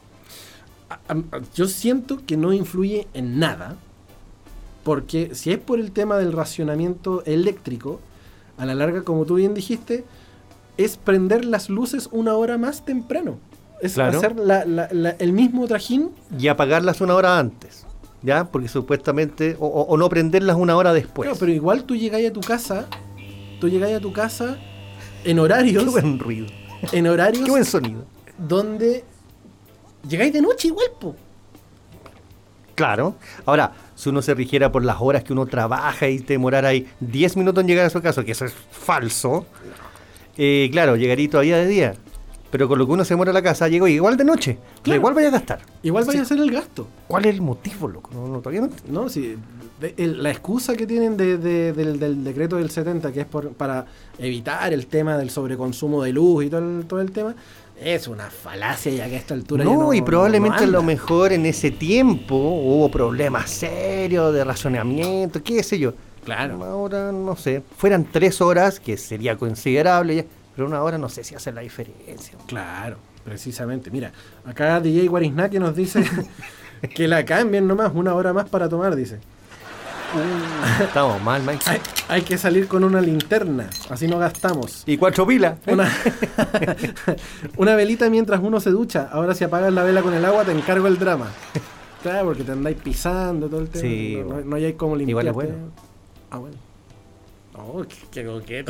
A- a- Yo siento que no influye en nada, porque si es por el tema del racionamiento eléctrico, a la larga, como tú bien dijiste, es prender las luces una hora más temprano. Es Claro. hacer la- la- la- el mismo trajín. Y apagarlas una hora antes. ¿Ya? Porque supuestamente. O, o- o no prenderlas una hora después. Claro, pero igual tú llegáis a tu casa, tú llegáis a tu casa en horarios, Qué buen ruido. en horarios Qué buen sonido. donde llegáis de noche igual, po. Claro. Ahora, si uno se rigiera por las horas que uno trabaja y te demorara ahí diez minutos en llegar a su casa, que eso es falso, eh, claro, llegaría todavía de día. Pero con lo que uno se demora a la casa, llego igual de noche. Pero Claro. igual vaya a gastar. Igual vais Sí. a hacer el gasto. ¿Cuál es el motivo, loco? No, no, todavía no. No, sí, de- el- la excusa que tienen de- de- del, del decreto del setenta, que es por, para evitar el tema del sobreconsumo de luz y todo el, todo el tema, es una falacia ya que a esta altura ya No, no y probablemente no a lo anda. mejor en ese tiempo hubo problemas serios de racionamiento, qué sé yo. Claro. Ahora, no sé, fueran tres horas, que sería considerable, ya, pero una hora no sé si hace la diferencia. Claro, precisamente. Mira, acá D J Guariznaque nos dice que la cambien nomás, una hora más para tomar, dice. Estamos mal, Mike. Hay, hay que salir con una linterna, así no gastamos. Y cuatro pilas. ¿eh? Una, una velita mientras uno se ducha. Ahora si apagas la vela con el agua te encargo el drama. Claro, porque te andáis pisando todo el tema. Sí, no, no, bueno. no hay como limpiarte. Igual es bueno. Ah, bueno. Oh, qué, qué coqueto.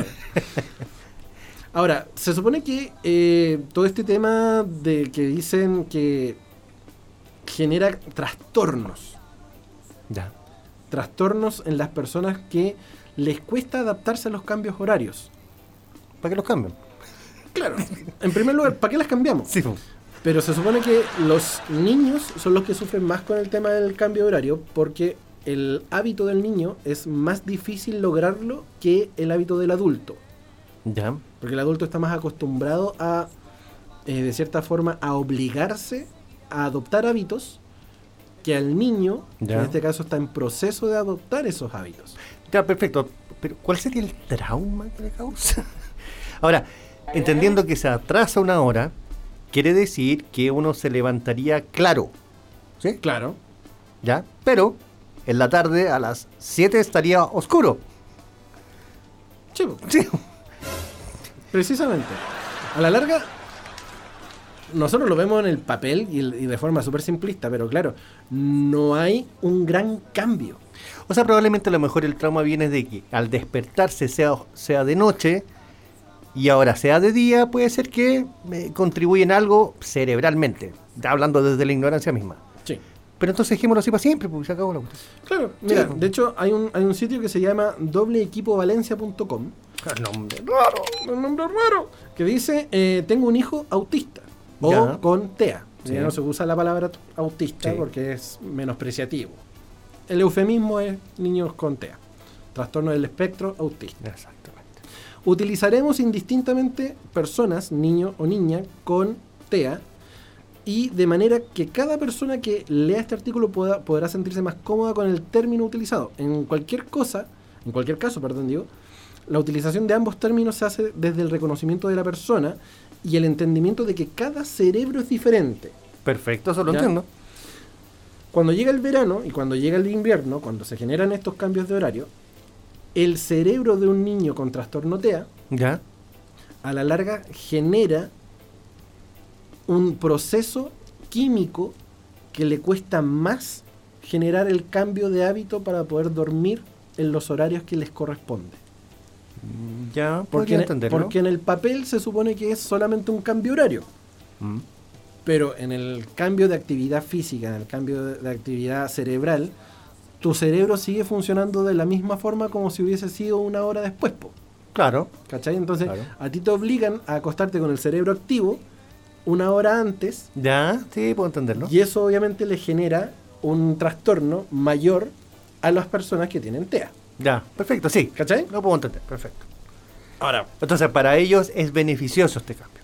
Ahora, se supone que eh, todo este tema de que dicen que genera trastornos. Ya. Trastornos en las personas que les cuesta adaptarse a los cambios horarios. ¿Para qué los cambian? Claro. En primer lugar, ¿para qué las cambiamos? Sí, po. Pero se supone que los niños son los que sufren más con el tema del cambio de horario porque el hábito del niño es más difícil lograrlo que el hábito del adulto. Ya. Porque el adulto está más acostumbrado a, eh, de cierta forma, a obligarse a adoptar hábitos que al niño, que Ya. en este caso está en proceso de adoptar esos hábitos. Ya, perfecto. Pero ¿cuál sería el trauma que le causa? Ahora, entendiendo que se atrasa una hora, quiere decir que uno se levantaría claro. ¿Sí? Claro. ¿Ya? Pero en la tarde a las siete estaría oscuro. Sí, po. Sí. Precisamente. A la larga, nosotros lo vemos en el papel y, y de forma súper simplista, pero claro, no hay un gran cambio. O sea, probablemente a lo mejor el trauma viene de que al despertarse sea, sea de noche y ahora sea de día, puede ser que eh, contribuye en algo cerebralmente, ya hablando desde la ignorancia misma. Sí. Pero entonces dejémoslo así para siempre, porque se acabó la cuestión. Claro, mira, Sí. de hecho hay un, hay un sitio que se llama doble equipo valencia punto com, Nombre raro. un nombre raro, que dice, eh, tengo un hijo autista, o Ya. con T E A. Sí. Ya no se usa la palabra autista Sí. porque es menospreciativo. El eufemismo es niños con T E A, trastorno del espectro autista. Exactamente. Utilizaremos indistintamente personas, niño o niña, con T E A, y de manera que cada persona que lea este artículo pueda, podrá sentirse más cómoda con el término utilizado. En cualquier cosa, en cualquier caso, perdón, digo, la utilización de ambos términos se hace desde el reconocimiento de la persona y el entendimiento de que cada cerebro es diferente. Perfecto, eso lo ¿Ya? entiendo. Cuando llega el verano y cuando llega el invierno, cuando se generan estos cambios de horario, el cerebro de un niño con trastorno T E A ¿Ya? a la larga genera un proceso químico que le cuesta más generar el cambio de hábito para poder dormir en los horarios que les corresponde. Ya, Porque, podría en- entenderlo. porque en el papel se supone que es solamente un cambio horario, Mm. pero en el cambio de actividad física, en el cambio de, de actividad cerebral, tu cerebro sigue funcionando de la misma forma como si hubiese sido una hora después, po. Claro. ¿Cachai? Entonces, Claro. a ti te obligan a acostarte con el cerebro activo una hora antes, Ya, sí, puedo entenderlo. y eso obviamente le genera un trastorno mayor a las personas que tienen T E A. Ya, perfecto, sí. ¿Cachai? Lo puedo entender, perfecto. Ahora, Entonces, para ellos es beneficioso este cambio.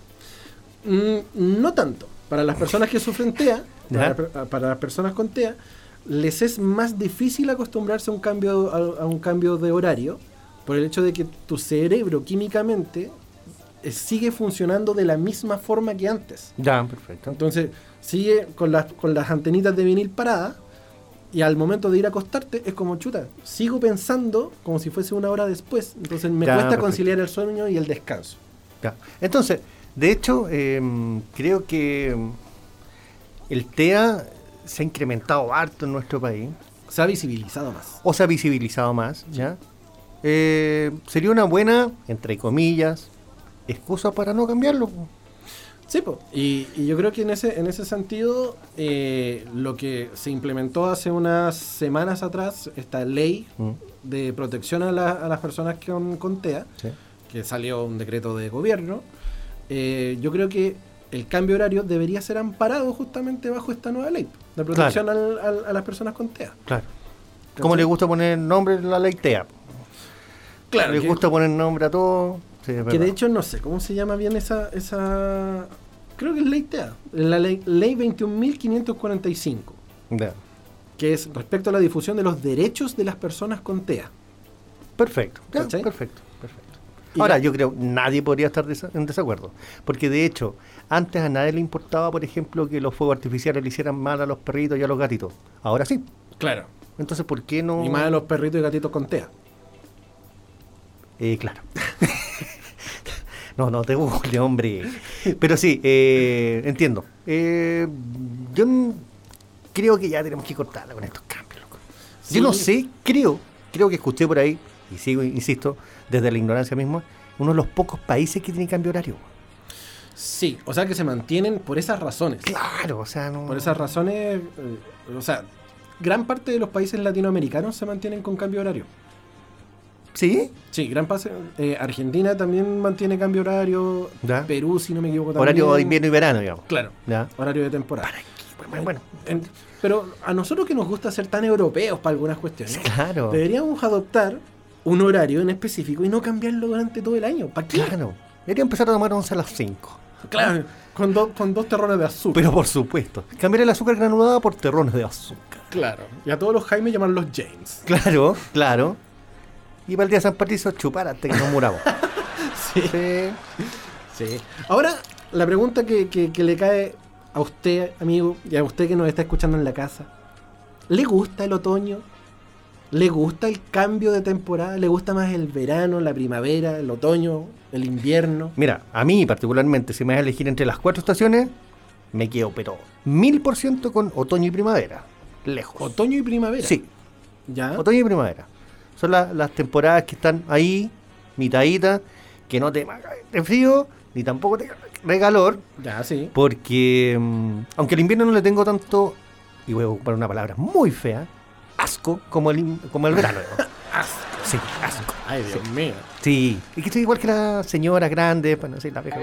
mm, no tanto. Para las personas que sufren T E A, para, Ya. per- para las personas con T E A, les es más difícil acostumbrarse a un cambio, a, a un cambio de horario, por el hecho de que tu cerebro químicamente eh, sigue funcionando de la misma forma que antes. Ya, perfecto. Entonces, sigue con las, con las antenitas de vinil paradas y al momento de ir a acostarte es como chuta. Sigo pensando como si fuese una hora después. Entonces me Ya, cuesta perfecto. conciliar el sueño y el descanso. Ya. Entonces, de hecho, em, creo que em, el T E A se ha incrementado harto en nuestro país, Se ha visibilizado más. o se ha visibilizado más, ¿ya? Eh, sería una buena, entre comillas, excusa para no cambiarlo. Sí, po. Y, y yo creo que en ese, en ese sentido, eh, lo que se implementó hace unas semanas atrás, esta ley Mm, de protección a, la- a las personas con, con T E A, sí. que salió un decreto de gobierno, eh, yo creo que el cambio horario debería ser amparado justamente bajo esta nueva ley de protección al- al- a las personas con T E A. Claro. ¿Cómo le gusta poner nombre a la ley T E A? Claro, Le que, gusta poner nombre a todo. Sí, es que verdad. de hecho no sé cómo se llama bien esa... esa creo que es ley T E A, la ley, ley veintiún mil quinientos cuarenta y cinco, Ya. que es respecto a la difusión de los derechos de las personas con T E A. Perfecto, ya, ¿Cachai? perfecto, perfecto. Y Ahora, la- yo creo nadie podría estar desa- en desacuerdo, porque de hecho, antes a nadie le importaba, por ejemplo, que los fuegos artificiales le hicieran mal a los perritos y a los gatitos. Ahora sí. Claro. Entonces, ¿por qué no? Y más a los perritos y gatitos con T E A. Eh, claro. no, no te burles, hombre. Pero sí, eh, entiendo. Eh, yo n- creo que ya tenemos que cortarla con estos cambios, loco. Sí. Yo no sé, creo, creo que escuché por ahí, y sigo, insisto, desde la ignorancia misma, uno de los pocos países que tiene cambio horario. Sí, o sea que se mantienen por esas razones. Claro, o sea, no. Por esas razones, eh, o sea, gran parte de los países latinoamericanos se mantienen con cambio horario. ¿Sí? Sí, gran pase. Eh, Argentina también mantiene cambio horario. Ya. Perú, si no me equivoco, también. Horario de invierno y verano, digamos. Claro, Ya. horario de temporada. Bueno, bueno. En- pero a nosotros que nos gusta ser tan europeos para algunas cuestiones, Claro. deberíamos adoptar un horario en específico y no cambiarlo durante todo el año. ¿Para qué? Claro. Debería empezar a tomar once a las cinco. Claro, con, do- con dos terrones de azúcar. Pero por supuesto. Cambiar el azúcar granulada por terrones de azúcar. Claro. Y a todos los Jaime llamarlos James. Claro, claro. Y para el día de San Patricio chupar hasta que nos muramos. Sí. Sí. Sí. Ahora, la pregunta que, que- que le cae a usted, amigo, y a usted que nos está escuchando en la casa. ¿Le gusta el otoño? ¿Le gusta el cambio de temporada? ¿Le gusta más el verano, la primavera, el otoño, el invierno? Mira, a mí particularmente, si me vas a elegir entre las cuatro estaciones, me quedo, pero mil por ciento con otoño y primavera. Lejos. ¿Otoño y primavera? Sí, ¿Ya? otoño y primavera. Son la- las temporadas que están ahí, mitadita, que no te cagas de frío, ni tampoco te cagas de calor, Ya, sí. porque mm, aunque al invierno no le tengo tanto, y voy a ocupar una palabra muy fea, asco como el, in- como el verano. ¿no? Asco. Sí, asco. Ay, Dios mío. Sí, y que estoy igual que las señoras grandes, para no decir la vieja,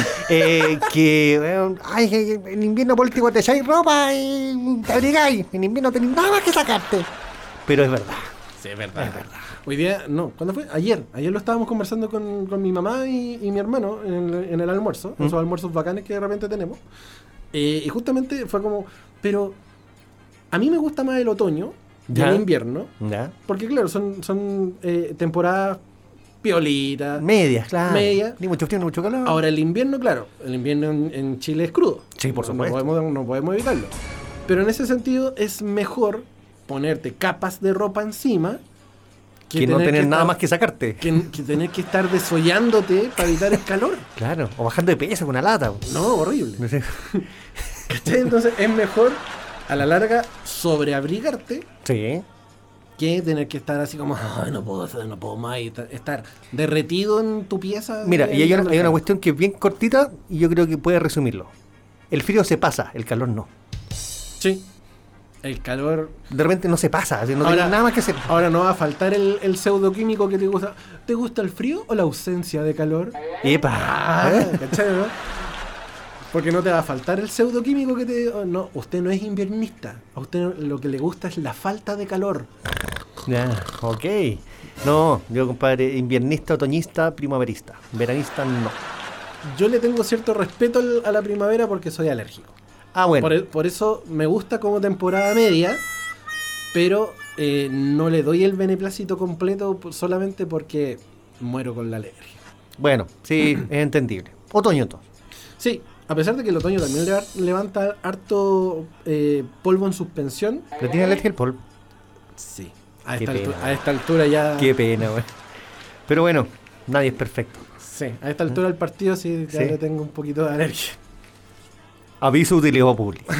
eh, que eh, ay, que en invierno por último te echáis ropa y te abrigáis, en invierno tenéis nada más que sacarte. Pero es verdad, Sí, es verdad. Es verdad. Hoy día, no, ¿cuándo fue? Ayer. Ayer lo estábamos conversando con, con mi mamá y, y mi hermano en, el- en el almuerzo, en ¿Mm? esos almuerzos bacanes que de repente tenemos. Eh, y justamente fue como, pero a mí me gusta más el otoño y ¿Ya? el invierno, ¿ya? porque claro, son, son eh, temporadas piolitas. Medias, claro. Media. Ni mucho frío, ni mucho calor. Ahora el invierno, claro, el invierno en, en Chile es crudo. Sí, por No- supuesto. No podemos, no podemos evitarlo. Pero en ese sentido es mejor ponerte capas de ropa encima que no tener nada estar- más que sacarte. que, que tener que estar desollándote para evitar el calor. Claro, o bajando de peso con una lata. No, horrible. No sé. ¿Cachai? Entonces es mejor a la larga sobreabrigarte Sí. que tener que estar así como, ay, no puedo hacer, no puedo más, y ta- estar derretido en tu pieza. Mira, eh, y hay una, hay una calor. cuestión que es bien cortita y yo creo que puede resumirlo. El frío se pasa, el calor no. Sí. El calor. De repente no se pasa, así, no Ahora- tiene nada más que hacer. Ahora no va a faltar el, el pseudoquímico que te gusta. ¿Te gusta el frío o la ausencia de calor? ¡Epa! Ah, ¿Eh? ¿cachai, no? Porque no te va a faltar el pseudoquímico que te... oh, no, usted no es inviernista. A usted lo que le gusta es la falta de calor. Ya, ok. No, yo compadre, inviernista, otoñista, primaverista. Veranista no. Yo le tengo cierto respeto al- a la primavera porque soy alérgico. Ah, bueno. Por, e- por eso me gusta como temporada media, pero eh, no le doy el beneplácito completo p- solamente porque muero con la alergia. Bueno, sí, es entendible. Otoño entonces. Sí, a pesar de que el otoño también leva- levanta harto eh, polvo en suspensión. ¿Le tiene alergia el polvo? Sí. A Qué esta, pena. altura, a esta altura ya... Qué pena, güey. Pero bueno, nadie es perfecto. Sí, a esta altura del partido sí, ya Sí. le tengo un poquito de alergia. Aviso de utilidad pública.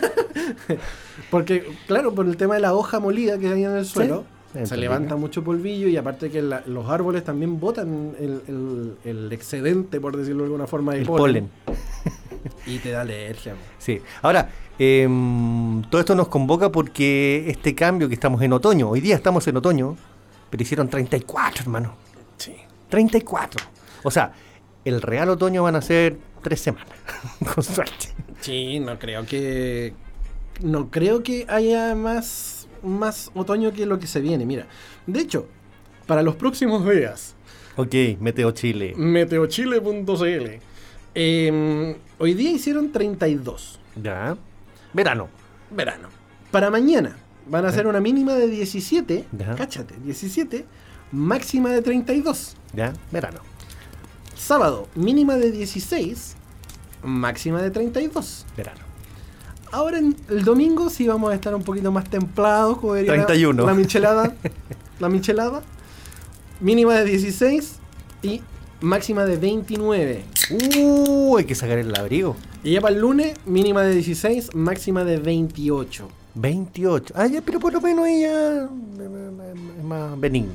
Porque, claro, por el tema de la hoja molida que hay en el suelo, se entendible. levanta mucho polvillo y aparte que la- los árboles también botan el, el- el excedente, por decirlo de alguna forma, de El polen. Y te da alergia. Sí. Ahora, em, todo esto nos convoca porque este cambio que estamos en otoño, hoy día estamos en otoño, pero hicieron treinta y cuatro, hermano. Sí. treinta y cuatro. O sea, el real otoño van a ser tres semanas, con suerte. Sí, no creo que... No creo que haya más, más otoño que lo que se viene. Mira, de hecho, para los próximos días, Ok, Meteo Chile. meteochile punto c l, eh, hoy día hicieron treinta y dos. Ya. Verano. Verano. Para mañana van a hacer una mínima de diecisiete. Ya. Cáchate, diecisiete. Máxima de treinta y dos. Ya. Verano. Sábado, mínima de dieciséis. Máxima de treinta y dos. Verano. Ahora en el domingo sí vamos a estar un poquito más templados, como diría treinta y uno. la michelada. La michelada. Mínima de dieciséis y máxima de veintinueve. Uh, hay que sacar el abrigo. Y ya para el lunes, mínima de dieciséis, máxima de veintiocho. veintiocho. Ah, ya, pero por lo menos ahí ya es más benigno.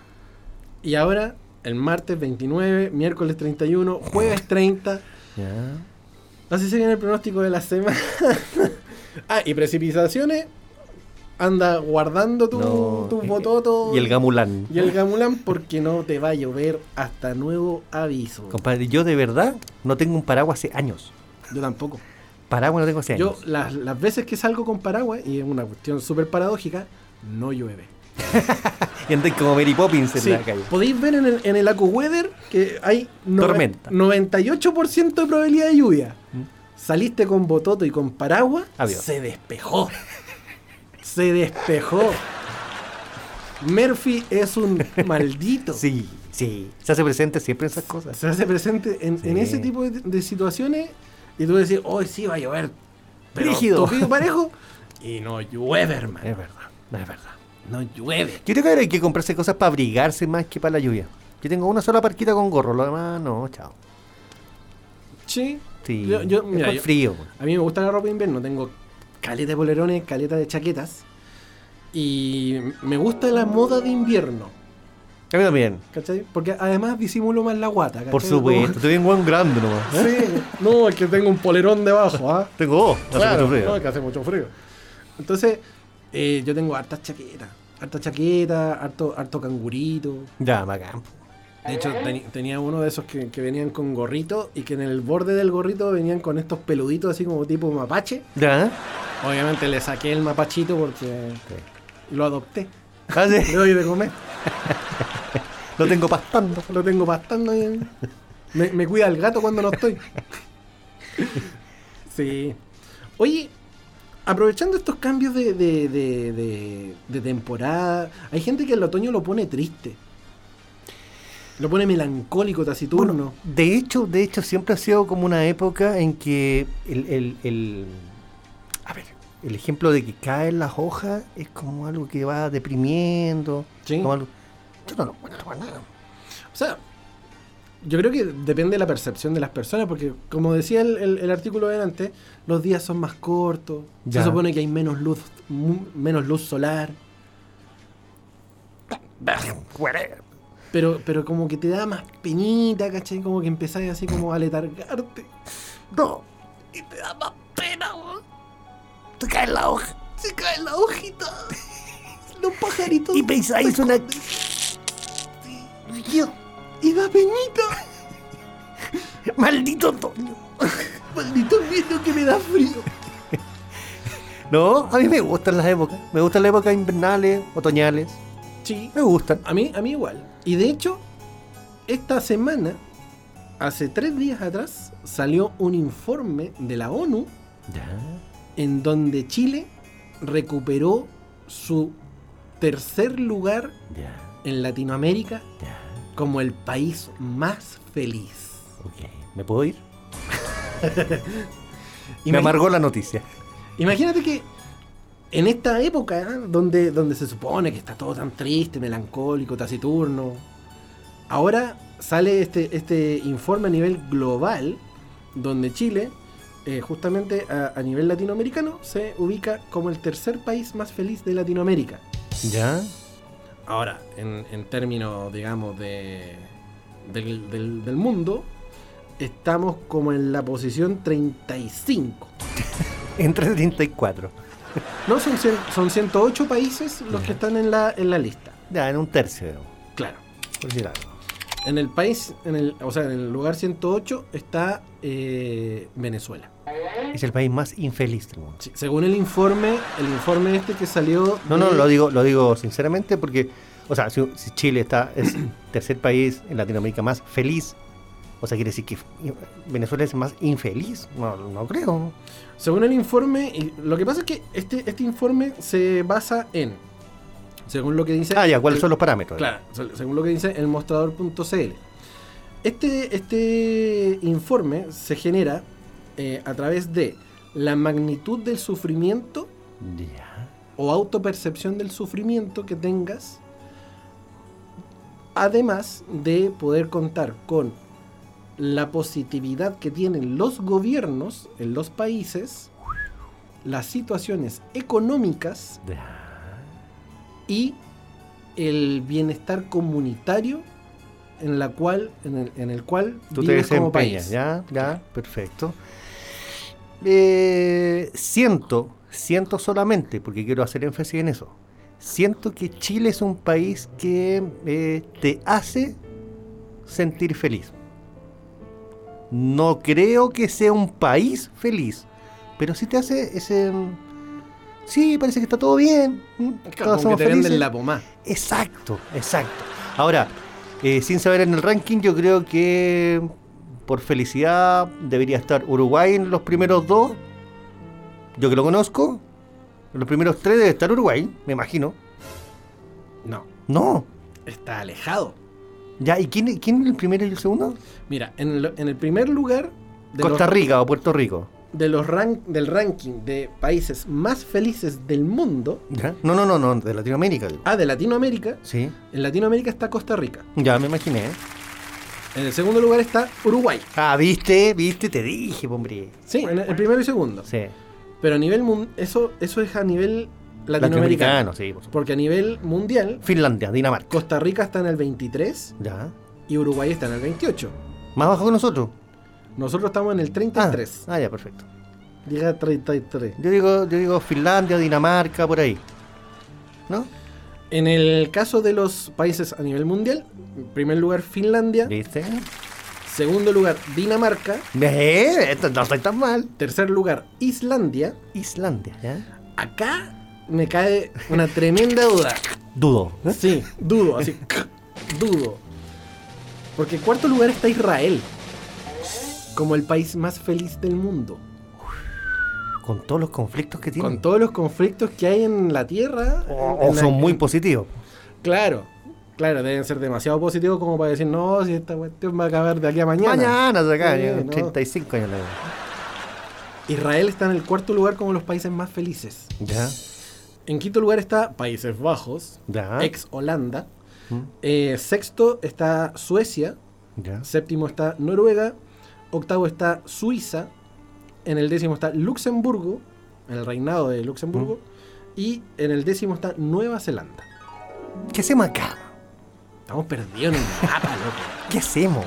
Y ahora, el martes veintinueve, miércoles treinta y uno, jueves treinta. Ya. Así se viene el pronóstico de la semana. Ah, y precipitaciones anda guardando tu, No, tus y- bototos Y el gamulán. y el gamulán porque no te va a llover hasta nuevo aviso. Compadre, yo de verdad no tengo un paraguas hace años. Yo tampoco. Paraguas no tengo hace Yo años. las, las veces que salgo con paraguas, y es una cuestión súper paradójica, no llueve. Y andáis como Mary Poppins en Sí, la calle. podéis ver en el, en el AccuWeather que hay nove- Tormenta. noventa y ocho por ciento de probabilidad de lluvia. Saliste con bototo y con paraguas, Adiós. se despejó. Se despejó. Murphy es un maldito. Sí, sí. Se hace presente siempre en esas cosas. Se hace presente en, en Sí. ese tipo de, de situaciones y tú decís, hoy sí va a llover. Pero Rígido. tupido parejo. Y no llueve, hermano. Es verdad, no es verdad. No llueve. Yo creo que ahora hay que comprarse cosas para abrigarse más que para la lluvia. Yo tengo una sola parquita con gorro, lo demás no, chao. Sí. Sí, Yo- yo- es mira, por yo- frío. pues. A mí me gusta la ropa de invierno. Tengo caleta de polerones, caleta de chaquetas. Y me gusta la moda de invierno. A mí también, ¿Cachai? Porque además disimulo más la guata. ¿cachai? por supuesto. Te vengo un grande nomás. Como- Sí. No, es que tengo un polerón debajo, ¿ah? Tengo dos, hace Claro, mucho frío. no, es que hace mucho frío. Entonces, eh, yo tengo hartas chaquetas. Hartas chaquetas, harto, harto cangurito. Ya, bacán. De hecho, teni- tenía uno de esos que, que venían con gorrito y que en el borde del gorrito venían con estos peluditos así como tipo mapache. Ya. Obviamente le saqué el mapachito porque lo adopté. Ah, sí. Le doy de comer. Lo tengo pastando. Lo tengo pastando ahí. en- Me, me cuida el gato cuando no estoy. Sí. Oye, aprovechando estos cambios de, de, de, de- de temporada, hay gente que el otoño lo pone triste. Lo pone melancólico, taciturno. Bueno, de hecho, de hecho, siempre ha sido como una época en que el, el, el- a ver, el ejemplo de que caen las hojas es como algo que va deprimiendo. Sí. Como algo- yo no lo encuentro para nada. O sea, yo creo que depende de la percepción de las personas, porque como decía el, el- el artículo de antes, los días son más cortos, Ya. se supone que hay menos luz, mu- menos luz solar, pero, pero como que te da más penita, ¿cachai? Como que empezáis así como a letargarte. No, Y te da más pena, weón. te cae la hoja. Se cae la hojita. Los pajaritos. Y pensáis una. Y da penita. Maldito otoño. Maldito invierno que me da frío. No, a mí me gustan las épocas. Me gustan las épocas invernales, otoñales. Sí. Me gustan. A mí, a mí igual. Y de hecho, esta semana, hace tres días atrás, salió un informe de la ONU Ya. en donde Chile recuperó su tercer lugar Ya. en Latinoamérica Ya. como el país más feliz. Ok. ¿Me puedo ir? Imagi- Me amargó la noticia. Imagínate que en esta época, ¿eh? donde, donde se supone que está todo tan triste, melancólico, taciturno, ahora sale este, este informe a nivel global, donde Chile, eh, justamente a, a nivel latinoamericano, se ubica como el tercer país más feliz de Latinoamérica. Ya. Ahora, en, en términos, digamos, de, del, del- del mundo, estamos como en la posición treinta y cinco. Entre treinta y cuatro. No, son, cien- son ciento ocho países los que están en la, en la lista. Ya, en un tercio, digamos, Claro. por decir algo. En el país, en el, o sea, en el lugar ciento ocho está eh, Venezuela. Es el país más infeliz del mundo. Sí, según el informe, el informe este que salió. No, no, de- lo digo, lo digo sinceramente porque, o sea, si, si Chile está es el tercer país en Latinoamérica más feliz, o sea, quiere decir que Venezuela es más infeliz. No, no creo. Según el informe, y lo que pasa es que este, este informe se basa en, según lo que dice. Ah, ya, ¿cuáles el- son los parámetros? Claro, se- según lo que dice el mostrador punto c l. Este, este informe se genera eh, a través de la magnitud del sufrimiento Ya. o autopercepción del sufrimiento que tengas, además de poder contar con la positividad que tienen los gobiernos en los países, las situaciones económicas Ya. y el bienestar comunitario en la cual en el, en el cual Tú te vives como desempeñas, país. ya, ya, perfecto. Eh, siento siento solamente, porque quiero hacer énfasis en eso, siento que Chile es un país que eh, te hace sentir feliz. No creo que sea un país feliz, pero sí te hace ese... Sí, parece que está todo bien. Claro, Todos como que somos te venden felices. la pomá. Exacto, exacto. Ahora, eh, sin saber en el ranking, yo creo que por felicidad debería estar Uruguay en los primeros dos. Yo que lo conozco, en los primeros tres debe estar Uruguay, me imagino. No, No. está alejado. Ya, ¿y quién, quién es el primero y el segundo? Mira, en el, en el primer lugar de Costa los, Rica o Puerto Rico. de los ran- del ranking de países más felices del mundo, ¿Ya? No, no, no, no, de Latinoamérica. Digo. ah, de Latinoamérica, Sí, en Latinoamérica está Costa Rica. ya me imaginé. En el segundo lugar está Uruguay. Ah, viste, viste, te dije, hombre. Sí, en el, el primero y segundo. Sí. Pero a nivel mun- eso eso es a nivel latinoamericano. Latinoamericano, sí, por supuesto. Porque a nivel mundial, Finlandia, Dinamarca. Costa Rica está en el veintitrés Ya. y Uruguay está en el veintiocho. Más bajo que nosotros. Nosotros estamos en el treinta y tres. Ah, ah, ya, perfecto. Llega a treinta y tres. Yo digo, yo digo Finlandia, Dinamarca, por ahí. ¿No? En el caso de los países a nivel mundial, en primer lugar Finlandia, ¿Viste? segundo lugar Dinamarca, Eh, esto no estoy tan mal. tercer lugar Islandia. Islandia, ¿ya? Acá me cae una tremenda duda. Dudo. ¿eh? Sí, dudo, así, dudo. Porque en cuarto lugar está Israel, como el país más feliz del mundo. Con todos los conflictos que tienen. Con todos los conflictos que hay en la Tierra. O, en o la- son muy en- positivos. Claro, claro, deben ser demasiado positivos como para decir, no, si esta cuestión va a acabar de aquí a mañana. Mañana se acá, Sí, yo, no. treinta y cinco años. la- Israel está en el cuarto lugar como los países más felices. Ya, En quinto lugar está Países Bajos, ya. ex Holanda. ¿Mm? Eh, sexto está Suecia. Ya. Séptimo está Noruega. Octavo está Suiza. En el décimo está Luxemburgo, en el reinado de Luxemburgo. Y en el décimo está Nueva Zelanda. ¿Qué hacemos acá? Estamos perdidos en el mapa, loco. ¿Qué hacemos?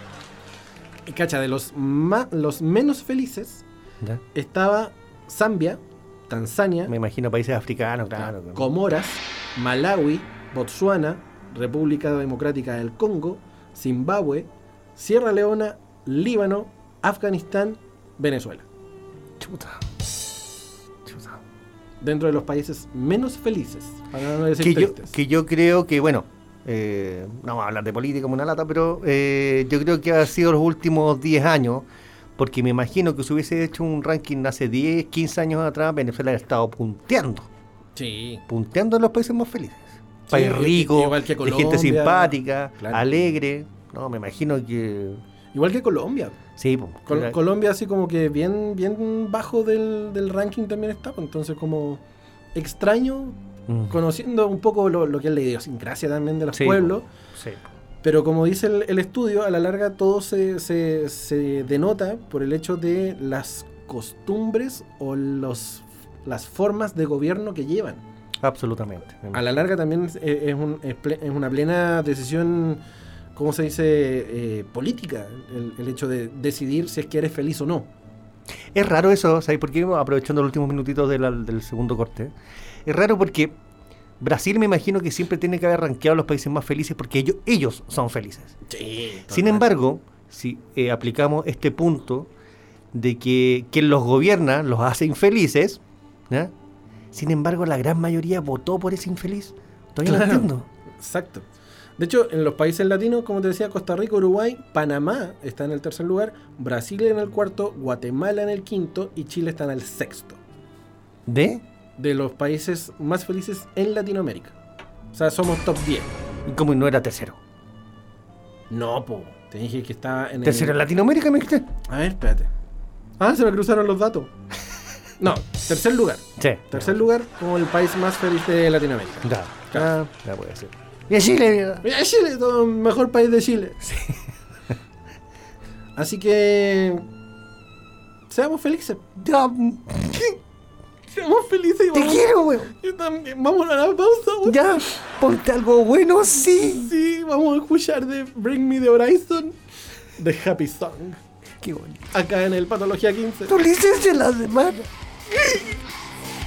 Y cacha, de los, ma- los menos felices Ya. estaba Zambia, Tanzania, Me imagino países africanos, claro. Comoras, Malawi, Botsuana, República Democrática del Congo, Zimbabue, Sierra Leona, Líbano, Afganistán, Venezuela. Chuta. Chuta. Dentro de los países menos felices, para no decir Que yo, tristes. que yo creo que, bueno, eh, no vamos a hablar de política como una lata, pero eh, yo creo que ha sido los últimos diez años, porque me imagino que si hubiese hecho un ranking hace diez, quince años atrás, Venezuela ha estado punteando, Sí. punteando en los países más felices. Sí, País i- rico, igual que de gente Colombia. simpática, Claro. alegre. No, me imagino que... Igual que Colombia. Sí, po, Col- era- Colombia así como que bien, bien bajo del, del ranking también está. pues, Entonces como extraño, Mm. conociendo un poco lo, lo que es la idiosincrasia también de los Sí, pueblos. Sí. Pero como dice el, el estudio, a la larga todo se, se, se denota por el hecho de las costumbres o los, las formas de gobierno que llevan. Absolutamente. A la larga también es, es un- es ple- es una plena decisión, ¿cómo se dice? Eh, política, el, el hecho de decidir si es que eres feliz o no. Es raro eso, ¿sabes por qué? Aprovechando los últimos minutitos de la- del segundo corte. Es raro porque Brasil me imagino que siempre tiene que haber rankeado los países más felices porque ellos, ellos son felices. Sí. Sin embargo, si eh, aplicamos este punto de que quien los gobierna los hace infelices, ¿ya? Sin embargo, la gran mayoría votó por ese infeliz. Todavía Claro. no entiendo. Exacto. De hecho, en los países latinos, como te decía, Costa Rica, Uruguay, Panamá está en el tercer lugar, Brasil en el cuarto, Guatemala en el quinto y Chile está en el sexto. ¿De? De los países más felices en Latinoamérica. O sea, somos top diez. ¿Y cómo no era tercero? No, po. Te dije que estaba en ¿Tercero en el... Latinoamérica, me dijiste? A ver, espérate. Ah, se me cruzaron los datos. No, tercer lugar. Sí. Tercer lugar como el país más feliz de Latinoamérica. Ya, Claro. ya, ya puede ser. Y a Chile, mira. Mira, Chile, todo mejor país de Chile. Así que seamos felices. Ya, Seamos felices y te vamos, quiero, weón. yo también. Vamos a la pausa, güey. Ya, ponte algo bueno, sí. Sí, vamos a escuchar de Bring Me the Horizon de Happy Song. Qué bonito. Acá en el Patología quince. Tu licencia en la semana.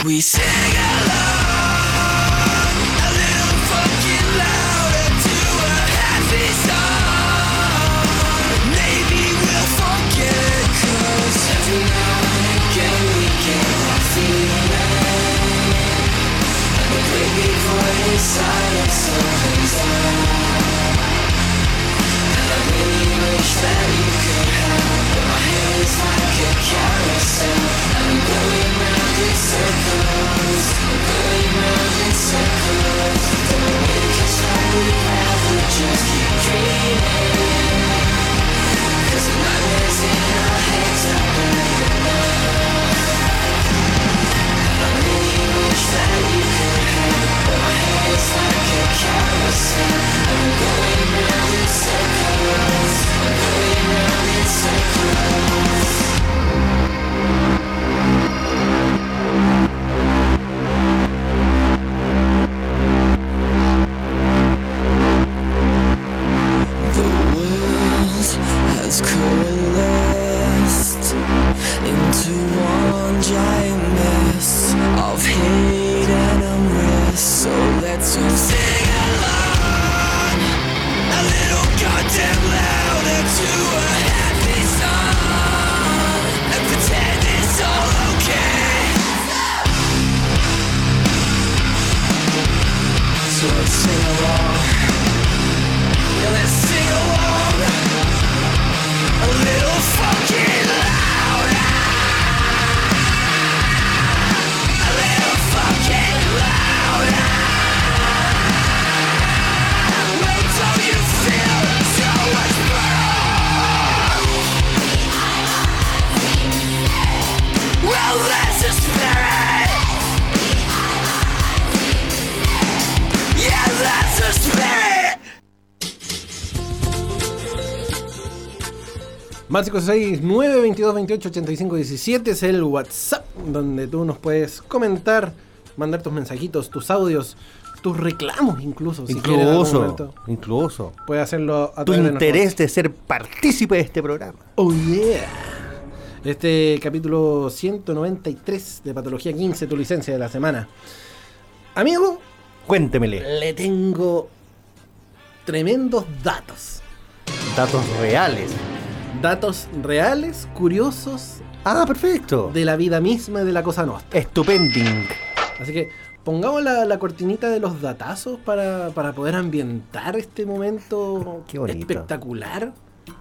we sing along a little fucking louder to a happy song. Maybe we'll forget, 'cause every now and again we get that feeling, and the great big void inside us opens up. And I really wish that you could help, but my head is like a carousel, and I'm going round in circles, I'm going round in circles. Don't know when it gets right, we'd rather just keep dreaming, 'cause the nightmares in our heads are bad enough. And I really wish that you could help, but my head is like a carousel, and I'm going round in circles, I'm going round in circles. The world has coalesced into one giant mess of hate and unrest. So let's all sing along a little goddamn louder to a happy song, and pretend it's all okay. So let's sing along. Yeah, let's sing along a little fucking louder, a little fucking louder. Well, don't you feel so much better? Well, that's the spirit. Yeah, that's the spirit. Más cinco seis nueve veintidós veintiocho ochenta y cinco diecisiete es el WhatsApp donde tú nos puedes comentar, mandar tus mensajitos, tus audios, tus reclamos incluso. Si quieres en algún Incluso, momento, incluso. puedes hacerlo a Tu través de interés de ser partícipe de este programa. nuestro- Oh yeah. Este capítulo ciento noventa y tres de Patología quince, tu licencia de la semana. Amigo, Cuéntemele. le tengo tremendos datos. Datos reales. Datos reales, curiosos, Ah, perfecto. de la vida misma y de la cosa nostra. Estupending. Así que pongamos la, la cortinita de los datazos para, para poder ambientar este momento Qué bonito. espectacular.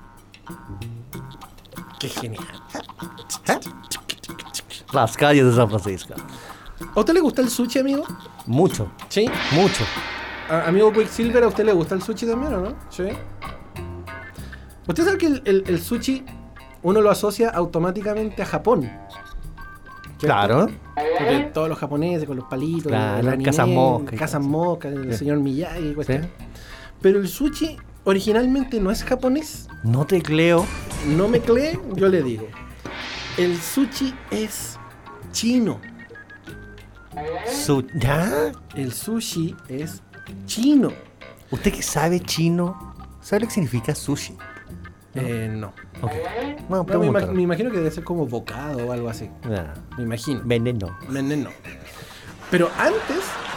Qué genial. ¿Eh? Las calles de San Francisco. ¿A usted le gusta el sushi, amigo? Mucho, Sí. mucho. A- amigo Quicksilver, ¿a usted le gusta el sushi también o no? Sí. ¿Usted sabe que el, el- el sushi uno lo asocia automáticamente a Japón? ¿Cierto? Claro. Porque todos los japoneses con los palitos, Claro, el anime, cazan moscas y cazan cosas. moscas, el Sí. señor Miyagi y cuestión. Sí. Pero el sushi originalmente no es japonés. No te creo. No me cree, yo le digo. El sushi es chino. Su... ¿Ya? El sushi es chino. ¿Usted que sabe chino? ¿Sabe lo que significa sushi? Eh, no. Ok. Bueno, No, me, pregúntalo. imag- me imagino que debe ser como bocado o algo así. Ah, Me imagino. veneno. Veneno. Pero antes,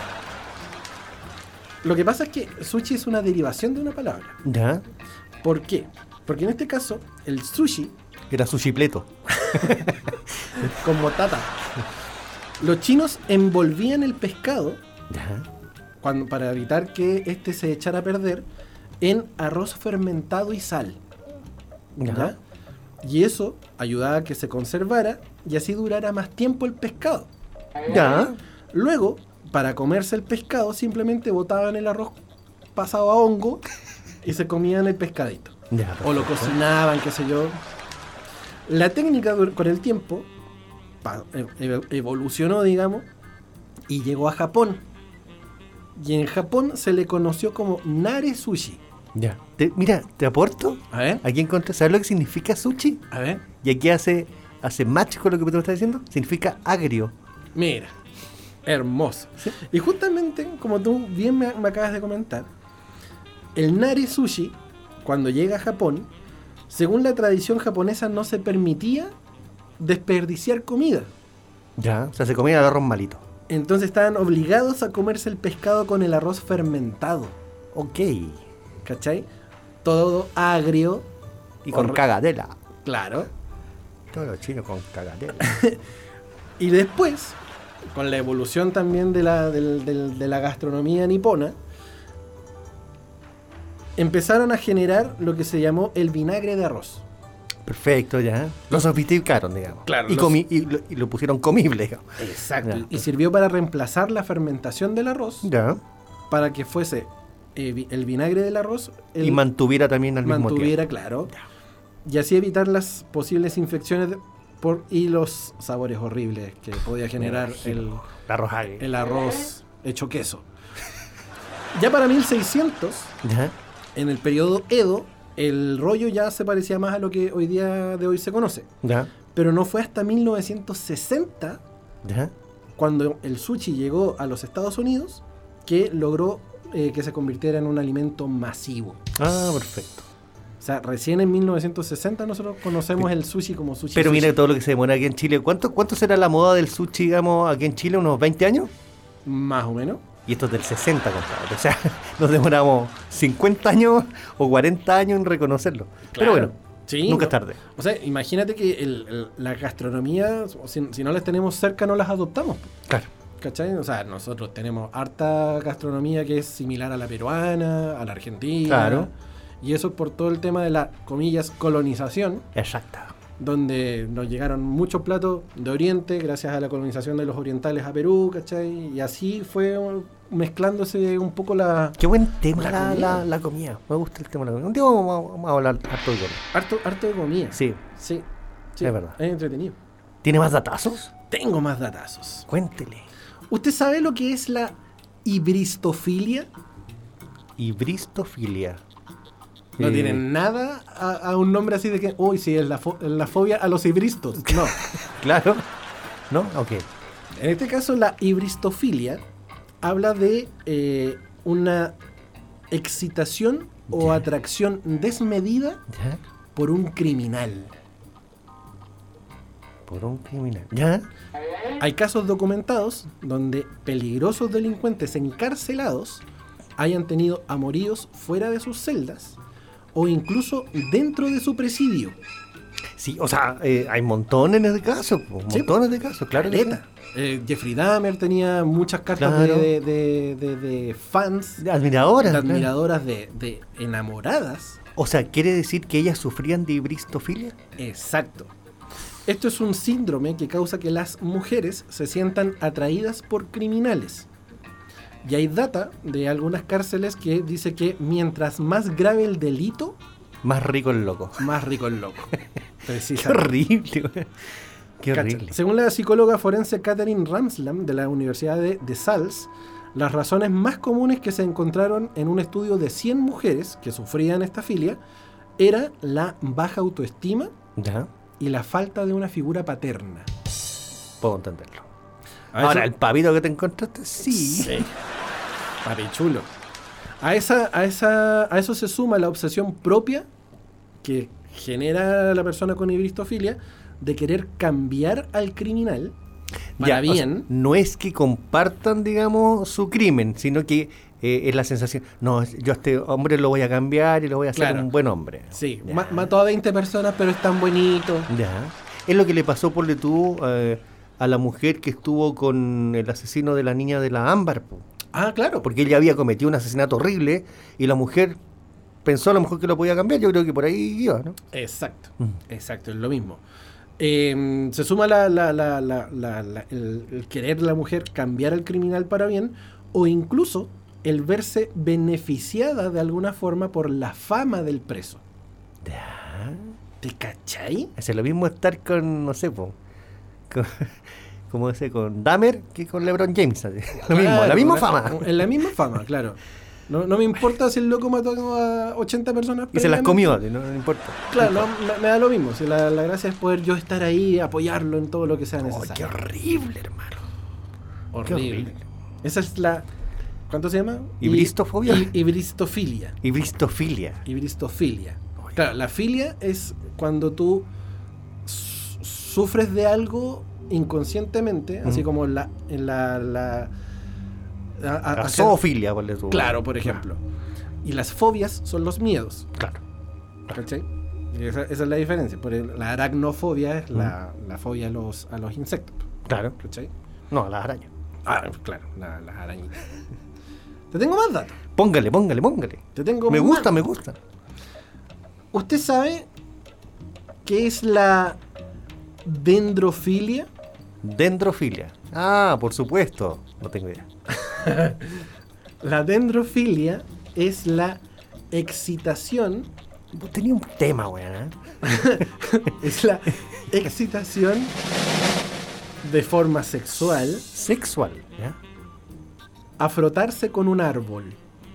lo que pasa es que sushi es una derivación de una palabra. ¿Ya? ¿Por qué? Porque en este caso, el sushi, Era sushipleto. con motata, los chinos envolvían el pescado ¿Ya? cuando, para evitar que este se echara a perder en arroz fermentado y sal. ¿Ya? Y eso ayudaba a que se conservara y así durara más tiempo el pescado. ¿Ya? Luego, para comerse el pescado, simplemente botaban el arroz pasado a hongo y se comían el pescadito. Ya, O lo perfecto. cocinaban, qué sé yo. La técnica dur- con el tiempo pa- e- e- evolucionó, digamos, y llegó a Japón. Y en Japón se le conoció como Nare Sushi. Ya. Te- mira, te aporto. A ver, Aquí encontré. ¿Sabes lo que significa sushi? a ver. Y aquí hace, hace match con lo que tú me estás diciendo. Significa agrio. Mira, hermoso. Y justamente, como tú bien me, me acabas de comentar, el Nare Sushi, cuando llega a Japón, según la tradición japonesa, no se permitía desperdiciar comida. Ya, o sea, se comía el arroz malito. Entonces estaban obligados a comerse el pescado con el arroz fermentado. Ok. ¿Cachai? Todo agrio. Y con Horri- cagadela. Claro. Todos los chinos con cagadela. Y después, con la evolución también de la, del- del- de la gastronomía nipona, empezaron a generar lo que se llamó el vinagre de arroz. Perfecto, ya. Lo sofisticaron, digamos. Claro, Y, los- comi- y, lo, y lo pusieron comible, digamos. Exacto. Ya. Y sirvió para reemplazar la fermentación del arroz, Ya. para que fuese eh, vi- el vinagre del arroz el Y mantuviera también al mismo mantuviera, claro. Y así evitar las posibles infecciones de- por, y los sabores horribles que podía generar el, tiempo. La rojage. el arroz hecho queso. Ya para mil seiscientos, Ya. en el periodo Edo, el rollo ya se parecía más a lo que hoy día de hoy se conoce. Ya. Pero no fue hasta mil novecientos sesenta, Ya. cuando el sushi llegó a los Estados Unidos, que logró eh, que se convirtiera en un alimento masivo. Ah, perfecto. O sea, recién en mil novecientos sesenta nosotros conocemos el sushi como sushi. Pero sushi. mira todo lo que se demora aquí en Chile. ¿Cuánto, ¿Cuánto será la moda del sushi, digamos, aquí en Chile? ¿Unos veinte años? Más o menos. Y esto es del sesenta, compadre. O sea, nos demoramos cincuenta años o cuarenta años en reconocerlo. Pero bueno, Sí, nunca no. es tarde. O sea, imagínate que el- el- la gastronomía, si, si no las tenemos cerca, no las adoptamos. Claro. ¿Cachai? O sea, nosotros tenemos harta gastronomía que es similar a la peruana, a la argentina. Claro. Y eso por todo el tema de la, comillas, colonización, Exacto. donde nos llegaron muchos platos de Oriente, gracias a la colonización de los orientales a Perú, ¿cachai? Y así fue uh, mezclándose un poco la... Qué buen tema La la, comida. la, la comida. Me gusta el tema de la comida. Un día vamos, vamos a hablar harto de comida. Harto, harto de comida. Sí. Sí. Sí, Es verdad. Es entretenido. ¿Tiene más datazos? Tengo más datazos. Cuéntele. ¿Usted sabe lo que es la hibristofilia? Hibristofilia. No Eh, tiene nada a, a un nombre así de que, uy, sí, es la, fo- la fobia a los hibristos. No. Claro. ¿No? Ok. En este caso, la hibristofilia habla de eh, una excitación o Ya. atracción desmedida ¿Ya? por un criminal. Por un criminal. ¿Ya? Hay casos documentados donde peligrosos delincuentes encarcelados hayan tenido amoríos fuera de sus celdas o incluso dentro de su presidio. Sí, o sea, eh, hay montones de casos. po, Sí. Montones de casos, claro. que Caleta. Eh, Jeffrey Dahmer tenía muchas cartas Claro. de, de- de- de fans, sí. Admiradoras. de claro. admiradoras, de, de enamoradas. O sea, ¿quiere decir que ellas sufrían de hibristofilia? Exacto. Esto es un síndrome que causa que las mujeres se sientan atraídas por criminales. Y hay data de algunas cárceles que dice que mientras más grave el delito, Más rico el loco. más rico el loco. Qué Precisamente. horrible, güey. Qué Cacha. horrible. Según la psicóloga forense Catherine Ramslam de la Universidad de, de Sals, las razones más comunes que se encontraron en un estudio de cien mujeres que sufrían esta filia era la baja autoestima Ya, y la falta de una figura paterna. puedo entenderlo. A Ahora, eso- el pavito que te encontraste, sí. Sí. Papi chulo. A, esa, a, esa, a eso se suma la obsesión propia que genera la persona con hibristofilia de querer cambiar al criminal para Ya, o sea, bien. no es que compartan, digamos, su crimen, sino que eh, es la sensación, no, yo a este hombre lo voy a cambiar y lo voy a hacer Claro. un buen hombre. Sí, Ya. ma- mató a veinte personas, pero es tan bonito. Ya. Es lo que le pasó, por tú, eh, a la mujer que estuvo con el asesino de la niña de la Ámbar, po. Ah, claro. Porque ella había cometido un asesinato horrible y la mujer pensó a lo mejor que lo podía cambiar. Yo creo que por ahí iba, ¿no? Exacto, Mm. exacto, es lo mismo. Eh, se suma la, la- la- la- la- la- el, el querer la mujer cambiar al criminal para bien, o incluso el verse beneficiada de alguna forma por la fama del preso. Ya. ¿Te cachai? Es lo mismo estar con, no sé, po, con, como ese, con Dahmer que con LeBron James. así. Lo mismo, Claro, la misma una- fama. En la misma fama, claro. No, no me importa si el loco mató a ochenta personas. Y se las previamente. comió, así, no, no importa. Claro, no, me, me da lo mismo. Si la, la gracia es poder yo estar ahí, apoyarlo en todo lo que sea Oh, qué necesario. horrible, hermano. horrible. horrible. Esa es la... ¿Cuánto se llama? ¿Hibristofobia? Hi- Hibristofilia. Hibristofilia. Hibristofilia. Claro, la filia es cuando tú su- sufres de algo inconscientemente, Mm. así como la, en la, la a- a- La hacer- zoofilia, ponle tú. Claro, por ejemplo. Y las fobias son los miedos. Claro. ¿Cachai? Y esa, esa es la diferencia. Por el- la aracnofobia es la, la fobia a los, a los insectos. Claro. ¿Cachai? No, las arañas. Ah, claro, la- las arañitas. Te tengo más datos. Póngale, póngale, póngale. Te tengo Me más- gusta, me gusta. ¿Usted sabe qué es la dendrofilia? Dendrofilia. Ah, por supuesto. No tengo idea. La dendrofilia es la excitación, Vos tenías un tema, weón. ¿eh? es la excitación de forma sexual Sexual. ¿Ya? a frotarse con un árbol.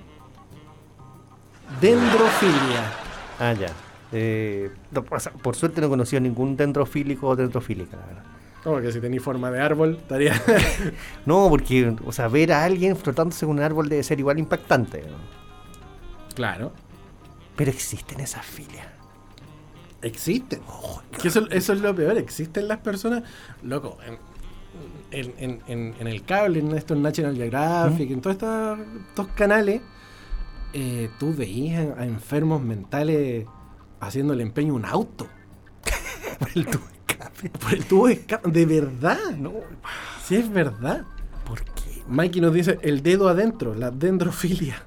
Dendrofilia. Ah, ya. Eh, no, o sea, por suerte no he conocido ningún dendrofílico o dendrofílica, la verdad. Como que si tenéis forma de árbol, estaría. No, porque, o sea, ver a alguien frotándose con un árbol debe ser igual impactante, ¿no? Claro. Pero existen esas filias. Existen. Que eso, eso es lo peor. Existen las personas. Loco, en, en, en, en- en el cable, en estos National Geographic, en todos estos, estos canales, eh, tú veías a, a enfermos mentales haciendo el empeño a un auto. Por el tubo de escape. Por el tubo de escape. De verdad. No. Sí, es verdad. ¿Por qué? Mikey nos dice el dedo adentro, la dendrofilia.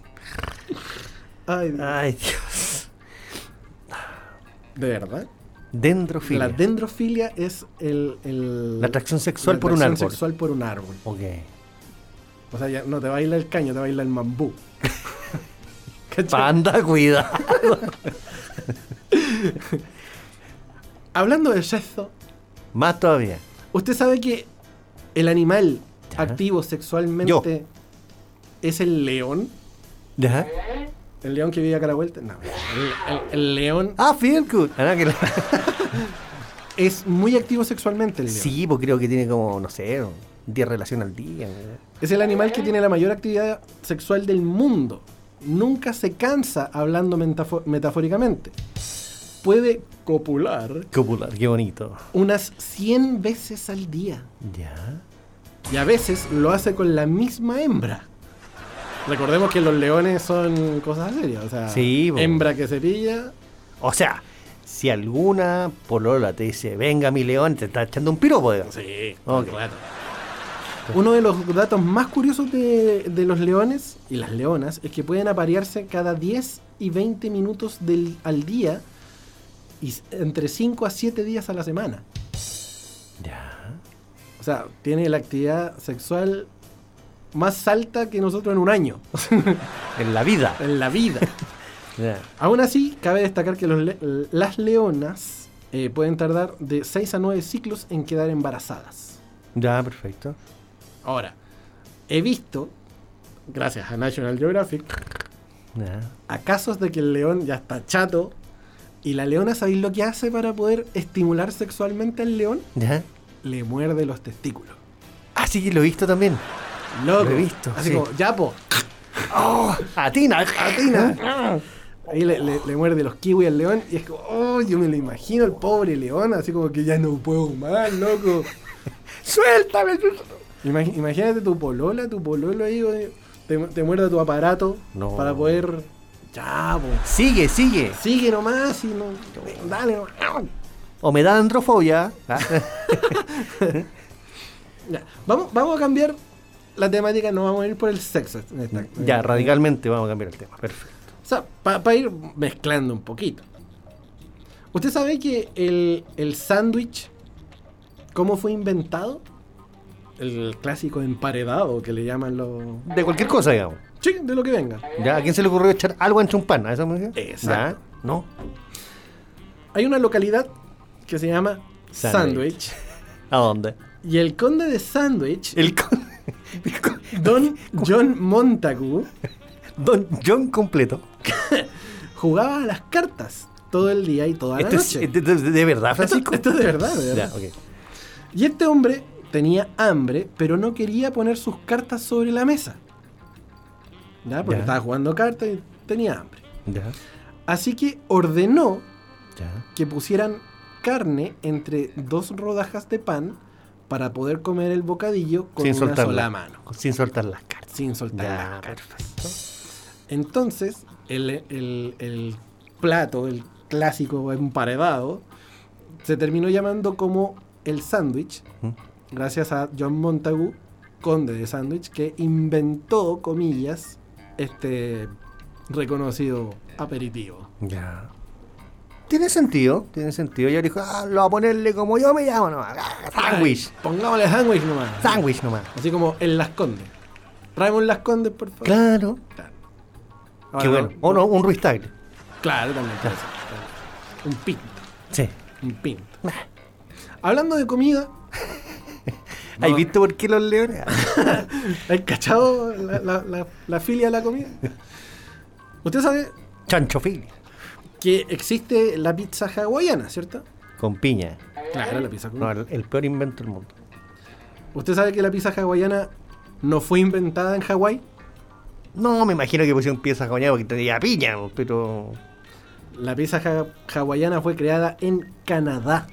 Ay, Dios. Ay, Dios. ¿De verdad? Dendrofilia. La dendrofilia es el, el- La atracción sexual la por un atracción árbol. sexual por un árbol. Ok. O sea, ya no te baila el caño, te baila el mambú. ¿Cachai? Panda, cuidado. Hablando de sexo, Más todavía. ¿usted sabe que el animal Ya. activo sexualmente es el león? ¿Ya? ¿El león que vive acá a la vuelta? No. El, el- el león Ah, feel good. Ah, no, que la- es muy activo sexualmente, el león. Sí, pues creo que tiene como, no sé, diez relaciones al día. ¿no? Es el animal que tiene la mayor actividad sexual del mundo. Nunca se cansa hablando metafo- metafóricamente. Puede copular Copular, qué bonito. unas cien veces al día. Ya. Y a veces lo hace con la misma hembra. Recordemos que los leones son cosas serias. O sea, Sí, po. hembra que se pilla. O sea, si alguna polola te dice, venga mi león, te está echando un piropo, digamos. Sí, Ok. claro. Uno de los datos más curiosos de, de los leones y las leonas es que pueden aparearse cada diez y veinte minutos del, al día y s- entre cinco a siete días a la semana. Ya. O sea, tiene la actividad sexual más alta que nosotros en un año, En la vida. en la vida. Ya. Aún así, cabe destacar que los le- las leonas eh, pueden tardar de seis a nueve ciclos en quedar embarazadas. Ya, perfecto. Ahora, he visto, gracias a National Geographic, Ya. a casos de que el león ya está chato y la leona, ¿sabéis lo que hace para poder estimular sexualmente al león? Ya. Le muerde los testículos. Ah, sí, que lo he visto también. Loco. Lo he visto, Así sí. como, ya po, Atina. atina. Ahí le, le- le muerde los kiwis al león y es como, oh, yo me lo imagino el pobre león, así como que ya no puedo más, loco. Suéltame. Imag- imagínate tu polola, tu pololo ahí, güey, te, te muerde tu aparato No. para poder. Ya, po. Sigue, sigue. Sigue nomás y no. Dale nomás. O me da androfobia. Ah. Ya, Vamos, vamos a cambiar la temática, no vamos a ir por el sexo. en esta- Ya, radicalmente vamos a cambiar el tema. Perfecto. O sea, para ir mezclando un poquito. ¿Usted sabe que el, el sándwich, cómo fue inventado? El clásico emparedado que le llaman los... De cualquier cosa, digamos. Sí, de lo que venga. ¿Ya? ¿A quién se le ocurrió echar algo entre un pan? ¿A eso me dice? Exacto. ¿Ya? ¿No? Hay una localidad que se llama Sandwich. Sandwich. ¿A dónde? Y el conde de Sandwich, El con- el con- Don John Montagu, Don John completo. jugaba a las cartas todo el día y toda la Esto es noche. de, de- de verdad, Esto, Francisco. esto es de verdad, de verdad. Ya, ok. Y este hombre tenía hambre, pero no quería poner sus cartas sobre la mesa. ¿Ya? Porque Ya. estaba jugando cartas y tenía hambre. Ya, Así que ordenó ya. que pusieran carne entre dos rodajas de pan para poder comer el bocadillo con Sin una soltarla. sola mano, Sin soltar las cartas. sin soltar Ya, las cartas. perfecto. Entonces, el, el- el plato, el clásico emparedado, se terminó llamando como el sándwich, ¿Mm? gracias a John Montagu, conde de sándwich, que inventó, comillas, este reconocido aperitivo. Ya. Tiene sentido, tiene sentido. Ella dijo, ah, lo voy a ponerle como yo me llamo nomás. Ah, sándwich. Ay, pongámosle sándwich nomás. Sándwich nomás. Así como en Las Condes. Traemos Las Condes, por favor. Claro. Claro. Qué Ahora, bueno. O no, un Ruiz Tagle. Claro, también puede ser, también. Un pinto, Sí. un pinto. Hablando de comida, ¿Has No. visto por qué los leones? ¿has cachado la, la, la, la filia de la comida? Usted sabe Chanchofilia. que existe la pizza hawaiana, ¿cierto? Con piña. Claro, la pizza No, el, el peor invento del mundo. ¿Usted sabe que la pizza hawaiana no fue inventada en Hawái? No, me imagino que pusieron piezas hawaianas porque tenía piña, pero... La pizza ha- hawaiana fue creada en Canadá.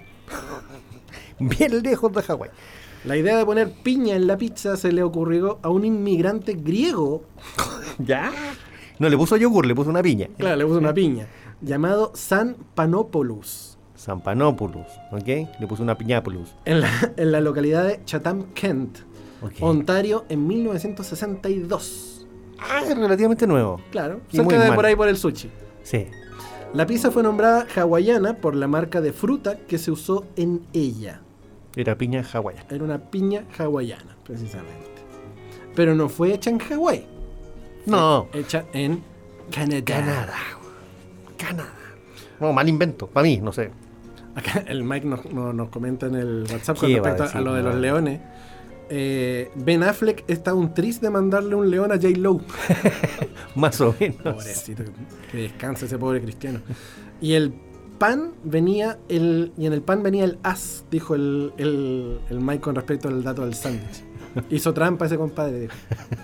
Bien lejos de Hawái. La idea de poner piña en la pizza se le ocurrió a un inmigrante griego. ¿Ya? No, le puso yogur, le puso una piña. Claro, le puso una piña. Llamado San Panopoulos. San Panopoulos, ¿ok? Le puso una piñápolis. En la, en la localidad de Chatham, Kent, Ok. Ontario, en mil novecientos sesenta y dos. Ah, es relativamente nuevo. Claro, Y cerca muy de mal. por ahí por el sushi. Sí. La pizza fue nombrada hawaiana por la marca de fruta que se usó en ella. Era piña hawaiana. Era una piña hawaiana, precisamente. Pero no fue hecha en Hawái. No. Hecha en Canadá. Canadá. Canadá. No, mal invento. Para mí, no sé. Acá el Mike nos, nos- nos comenta en el WhatsApp con ¿Qué va a respecto a, decir, lo de no? los leones. Eh, Ben Affleck está un tris de mandarle un león a J-Lo. Más o menos. Pobrecito, que- que descanse ese pobre cristiano. Y el pan venía, el, y en el pan venía el as, dijo el, el, el Mike con respecto al dato del sándwich. Hizo trampa ese compadre, dijo.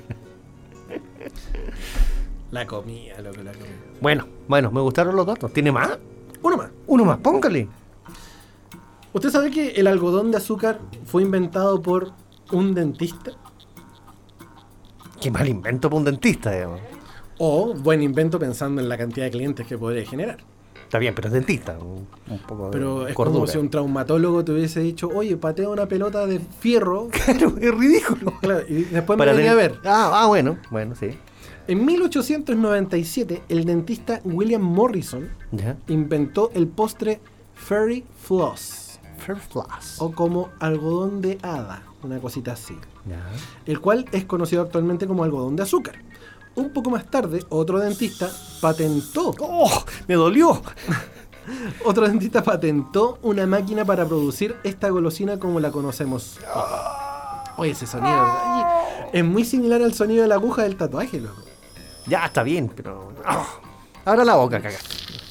La comida, lo que la comida. Bueno, bueno, me gustaron los datos. ¿Tiene más? Uno más. Uno más, póngale. ¿Usted sabe que el algodón de azúcar fue inventado por un dentista? Qué mal invento para un dentista, digamos. O buen invento pensando en la cantidad de clientes que podría generar. Está bien, pero es dentista. Un, un poco Pero de es cordura. como si un traumatólogo te hubiese dicho, oye, patea una pelota de fierro. Claro, es ridículo. Claro, y después Para me venía tener- a ver. Ah, ah, bueno, bueno, sí. En mil ochocientos noventa y siete, el dentista William Morrison Ya. inventó el postre Fairy Floss, First class. o como algodón de hada, una cosita así, Ya. el cual es conocido actualmente como algodón de azúcar. Un poco más tarde, otro dentista patentó, ¡Oh! ¡Me dolió! otro dentista patentó una máquina para producir esta golosina como la conocemos. Oye, ese sonido, oye, es muy similar al sonido de la aguja del tatuaje, loco. Ya, está bien, pero... ¡Oh! Abra la boca, caga.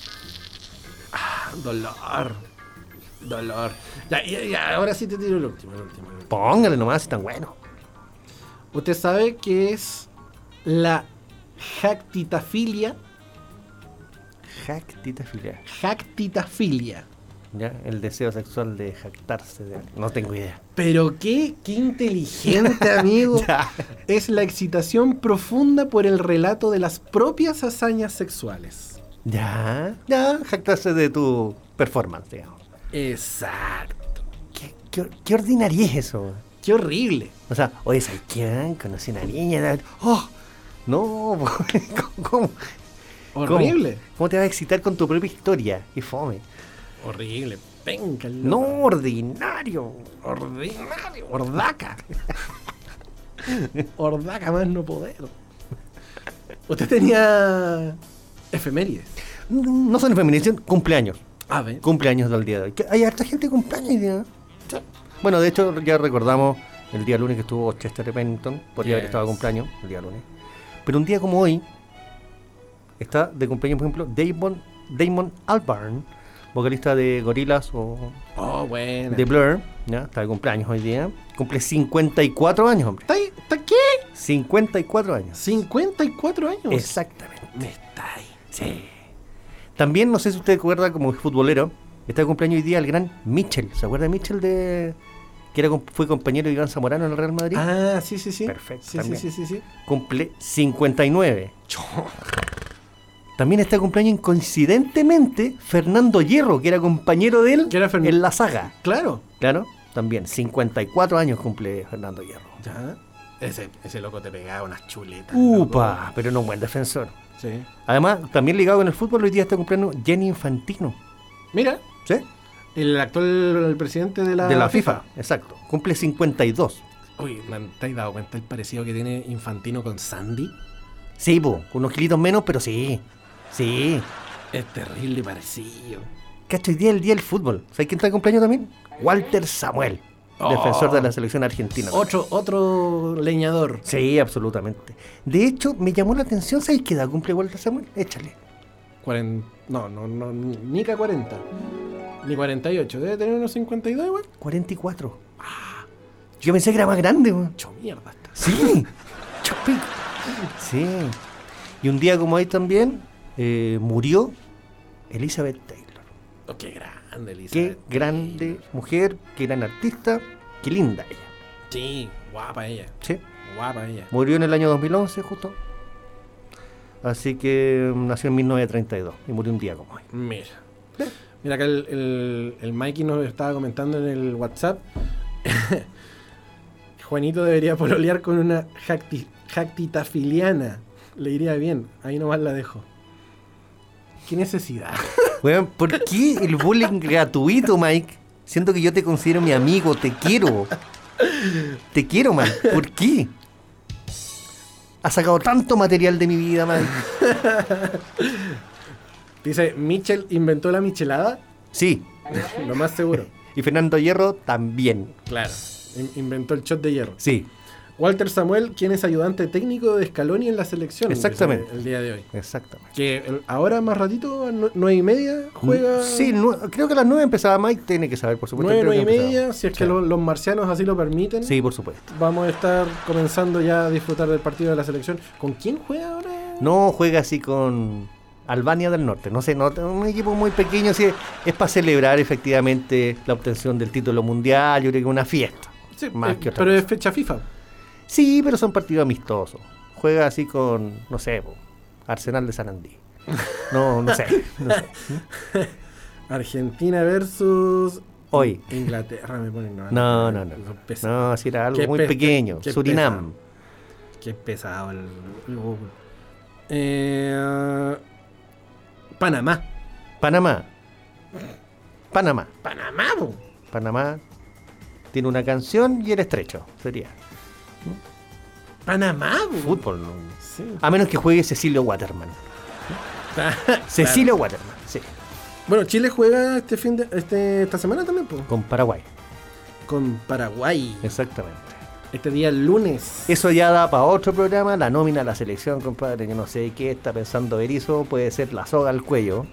Dolor. Dolor. Ya, ya, ya, ahora sí te tiro el último, el último, el último. Póngale nomás, si tan bueno. ¿Usted sabe qué es la jactitafilia? Jactitafilia. Jactitafilia. Ya, el deseo sexual de jactarse de... No tengo idea. Pero qué, qué inteligente, amigo. Ya. Es la excitación profunda por el relato de las propias hazañas sexuales. Ya. Ya, jactarse de tu performance, digamos. Exacto. ¿Qué, qué, qué ordinaria es eso? Qué horrible. O sea, oye, ¿sabes quién? Conocí a una niña. ¡Oh! No, ¿cómo? ¿Cómo? Horrible. ¿Cómo te vas a excitar con tu propia historia? ¡Qué fome! Horrible. Venga, el No, loco. ordinario. Ordinario. Ordaca. Ordaca más no poder. Usted tenía efemérides. No son efemérides, cumpleaños. A ver. Cumpleaños del día de hoy. Que hay harta gente de cumpleaños hoy día. Sí. Bueno, de hecho, ya recordamos el día lunes que estuvo Chester Bennington. Podría haber Yes. estado de cumpleaños el día lunes. Pero un día como hoy, está de cumpleaños, por ejemplo, Damon, Damon Albarn, vocalista de Gorillaz o Oh, bueno. de Blur. ¿Ya? Está de cumpleaños hoy día. Cumple cincuenta y cuatro años, hombre. ¿Está, ahí? ¿Está qué? cincuenta y cuatro años. cincuenta y cuatro años. Exactamente. Me está ahí. Sí. También, no sé si usted recuerda como futbolero, está de cumpleaños hoy día el gran Mitchell. ¿Se acuerda de Mitchell de que era, com- fue compañero de Iván Zamorano en el Real Madrid. Ah, sí, sí, sí. Perfecto, Sí, sí, también. sí, sí, sí. Cumple cincuenta y nueve. También está cumpleaños coincidentemente Fernando Hierro, que era compañero de él Que era Fern- en la saga. Claro. Claro, también cincuenta y cuatro años cumple Fernando Hierro. Ya. Ese, ese loco te pegaba unas chuletas. Upa, loco. pero no un buen defensor. Sí. Además, también ligado con el fútbol, hoy día está cumpliendo Jenny Infantino. Mira, ¿Sí? el actual el presidente de la, de la FIFA. Exacto. Cumple cincuenta y dos. Uy, man, ¿te has dado cuenta el parecido que tiene Infantino con Sandy? Sí, po, con unos kilitos menos, pero sí. Sí. Es terrible parecido. Cacho, hoy día es el día del fútbol. ¿Sabes quién está de cumpleaños también? Walter Samuel, Oh. defensor de la selección argentina. Otro, otro leñador. Sí, absolutamente. De hecho, me llamó la atención, ¿sabes qué edad cumple Walter Samuel? Échale. Cuaren- No, no, no, ni ni ca cuarenta. Ni cuarenta y ocho. Debe tener unos cincuenta y dos igual. cuarenta y cuatro. Ah, yo pensé que era más grande, weón. Mucho mierda está. Sí. Chupico. Sí. Y un día como hoy también eh, murió Elizabeth Taylor. Oh, qué grande, Elizabeth. Qué grande mujer, qué gran artista, qué linda ella. Sí, guapa ella. Sí. Guapa ella. Murió en el año dos mil once justo. Así que mm, nació en mil novecientos treinta y dos y murió un día como hoy. Mira. Mira acá el, el, el Mikey nos estaba comentando en el WhatsApp. Juanito debería pololear con una jacti, jactitafiliana. Le iría bien. Ahí nomás la dejo. ¿Qué necesidad? Weón, ¿por qué el bullying gratuito, Mike? Siento que yo te considero mi amigo, te quiero. Te quiero, man. ¿Por qué? Has sacado tanto material de mi vida, man. Dice, Michel inventó la michelada. Sí. Lo más seguro. Y Fernando Hierro también. Claro. In- inventó el shot de hierro. Sí, Walter Samuel, quien es ayudante técnico de Scaloni en la selección. Exactamente. dice El día de hoy. exactamente. Que el- ahora más ratito, a nue- nueve y media, juega. Sí, nu- creo que a las nueve empezaba Mike, tiene que saber, por supuesto. Nueve, creo nueve y que empezaba. media, si es Sí. que lo- los marcianos así lo permiten. Sí, por supuesto. Vamos a estar comenzando ya a disfrutar del partido de la selección. ¿Con quién juega ahora? No juega así con Albania del Norte, no sé, no, un equipo muy pequeño, así, es para celebrar efectivamente la obtención del título mundial, yo creo que una fiesta. Sí, Más eh, que otra pero cosa. es fecha FIFA. Sí, pero son partidos amistosos. Juega así con, no sé, po, Arsenal de Sarandí. No, no sé. No sé. Argentina versus Hoy. Inglaterra, me ponen. No, no, no. Son pesados. No, si era algo Qué muy pe- pequeño. qué Surinam. pesado. Qué pesado el, el Google. Eh, Panamá. Panamá. Panamá. Panamá, po. Panamá tiene una canción y el estrecho, sería. Panamá, po. Fútbol, ¿no? Sí. A menos que juegue Cecilio Waterman. Cecilio Waterman, sí. Bueno, Chile juega este fin de, este, esta semana también, po, Con Paraguay, con Paraguay. exactamente. Este día lunes. Eso ya da para otro programa, la nómina a la selección, compadre. Yo no sé qué está pensando Berizzo, puede ser la soga al cuello.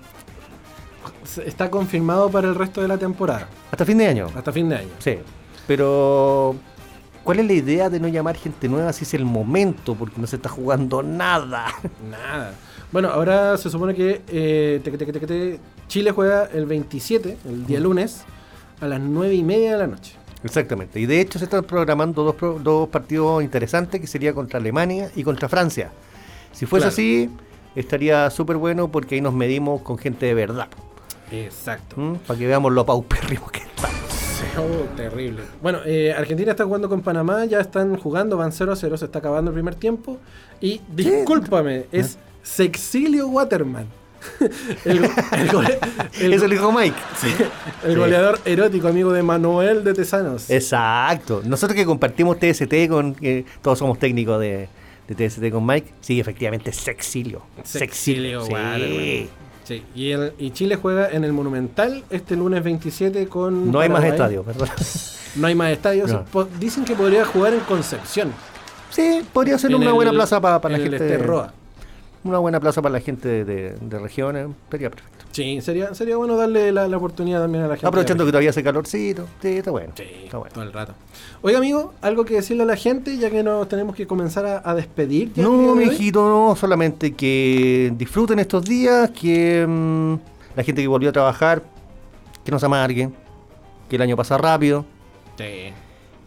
Está confirmado para el resto de la temporada. Hasta fin de año. Hasta fin de año. Sí, pero ¿cuál es la idea de no llamar gente nueva si es el momento? Porque no se está jugando nada. Nada. Bueno, ahora se supone que eh, teque, teque, teque, teque, Chile juega el veintisiete, el día lunes, a las nueve y media de la noche. Exactamente, y de hecho se están programando dos, pro- dos partidos interesantes que sería contra Alemania y contra Francia. Si fuese Claro. así, estaría súper bueno porque ahí nos medimos con gente de verdad. Exacto. Para que veamos lo paupérrimo que está. Oh, terrible. Bueno, eh, Argentina está jugando con Panamá, ya están jugando, van cero a cero, se está acabando el primer tiempo. Y discúlpame, es Sexilio Waterman. el, el gole- el- Eso lo dijo Mike. el Sí. goleador erótico, amigo de Manuel de Tesanos. Exacto. Nosotros que compartimos T S T con, que todos somos técnicos de, de T S T con Mike, sí, efectivamente, Sexilio. Sexilio Sí. Waterman. Sí, y, el, y Chile juega en el Monumental este lunes veintisiete con No hay más Paraguay. estadios, ¿verdad? No hay más estadios. No. Po- Dicen que podría jugar en Concepción. Sí, podría ser En una el- buena plaza para, para la en el gente. Esterroa. Una buena plaza para la gente de, de, de regiones, sería perfecto. Sí, sería, sería bueno darle la, la oportunidad también a la gente. Aprovechando que de todavía hace calorcito, sí, está bueno. Sí, está bueno. todo el rato. Oiga, amigo, algo que decirle a la gente, ya que nos tenemos que comenzar a, a despedir. ya el día No, de hoy. mijito, no, solamente que disfruten estos días, que mm, la gente que volvió a trabajar, que no se amargue, que el año pasa rápido, Sí.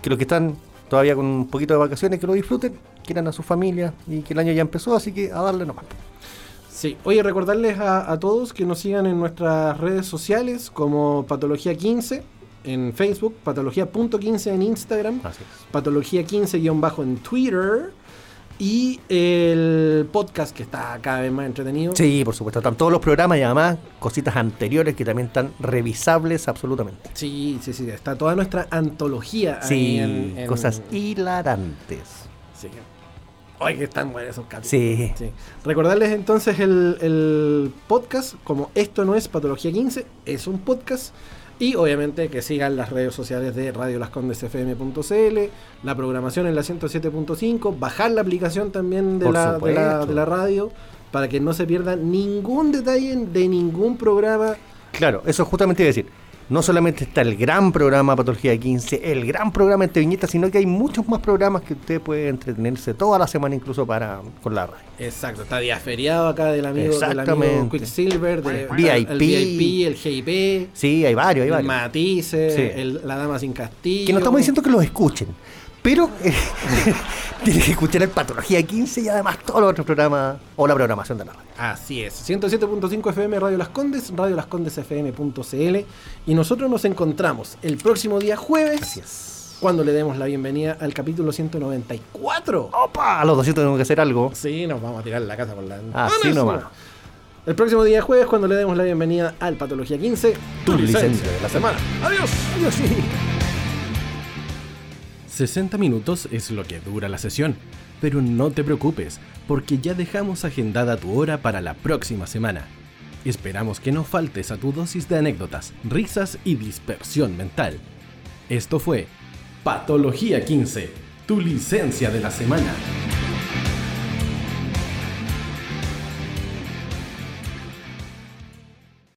que los que están todavía con un poquito de vacaciones, que lo disfruten, quieran a su familia y que el año ya empezó, así que a darle nomás. Sí, oye, recordarles a, a todos que nos sigan en nuestras redes sociales como Patología quince en Facebook, Patología punto quince en Instagram, Así es. Patología quince guión bajo en Twitter y el podcast que está cada vez más entretenido. Sí, por supuesto, están todos los programas y además cositas anteriores que también están revisables absolutamente. Sí, sí, sí, está toda nuestra antología ahí Sí, en, en- cosas hilarantes. Sí. Oye, que están buenos esos capítulos. Sí. Sí. Recordarles entonces el, el podcast, como esto no es Patología quince, es un podcast. Y obviamente que sigan las redes sociales de Radio Las Condes F M punto C L, la programación en la ciento siete punto cinco, bajar la aplicación también de Por la, de, la, supuesto. de la radio, para que no se pierda ningún detalle de ningún programa. Claro, eso justamente iba a decir. No solamente está el gran programa Patología quince, el gran programa entre viñetas, sino que hay muchos más programas que usted puede entretenerse toda la semana incluso para con la radio. Exacto, está día feriado acá del amigo, del amigo Exactamente. Quicksilver, de, V I P. el V I P, el G I P, Sí, hay varios, hay el varios. Matisse, Sí. el- la Dama Sin Castillo. Que no estamos diciendo que los escuchen, pero eh, tienen que escuchar el Patología quince y además todos los otros programas o la programación de la radio. Así es, ciento siete punto cinco F M Radio Las Condes, Radio Las Condes F M punto C L, y nosotros nos encontramos el próximo día jueves, Así es. cuando le demos la bienvenida al capítulo ciento noventa y cuatro. ¡Opa! A los doscientos tenemos que hacer algo. Sí, nos vamos a tirar la casa por la... Así Ah, no, nomás. sí. El próximo día jueves, cuando le demos la bienvenida al Patología quince, Tu licencia de la semana. Adiós. Adiós. sesenta minutos es lo que dura la sesión, pero no te preocupes, porque ya dejamos agendada tu hora para la próxima semana. Esperamos que no faltes a tu dosis de anécdotas, risas y dispersión mental. Esto fue Patología quince, tu licencia de la semana.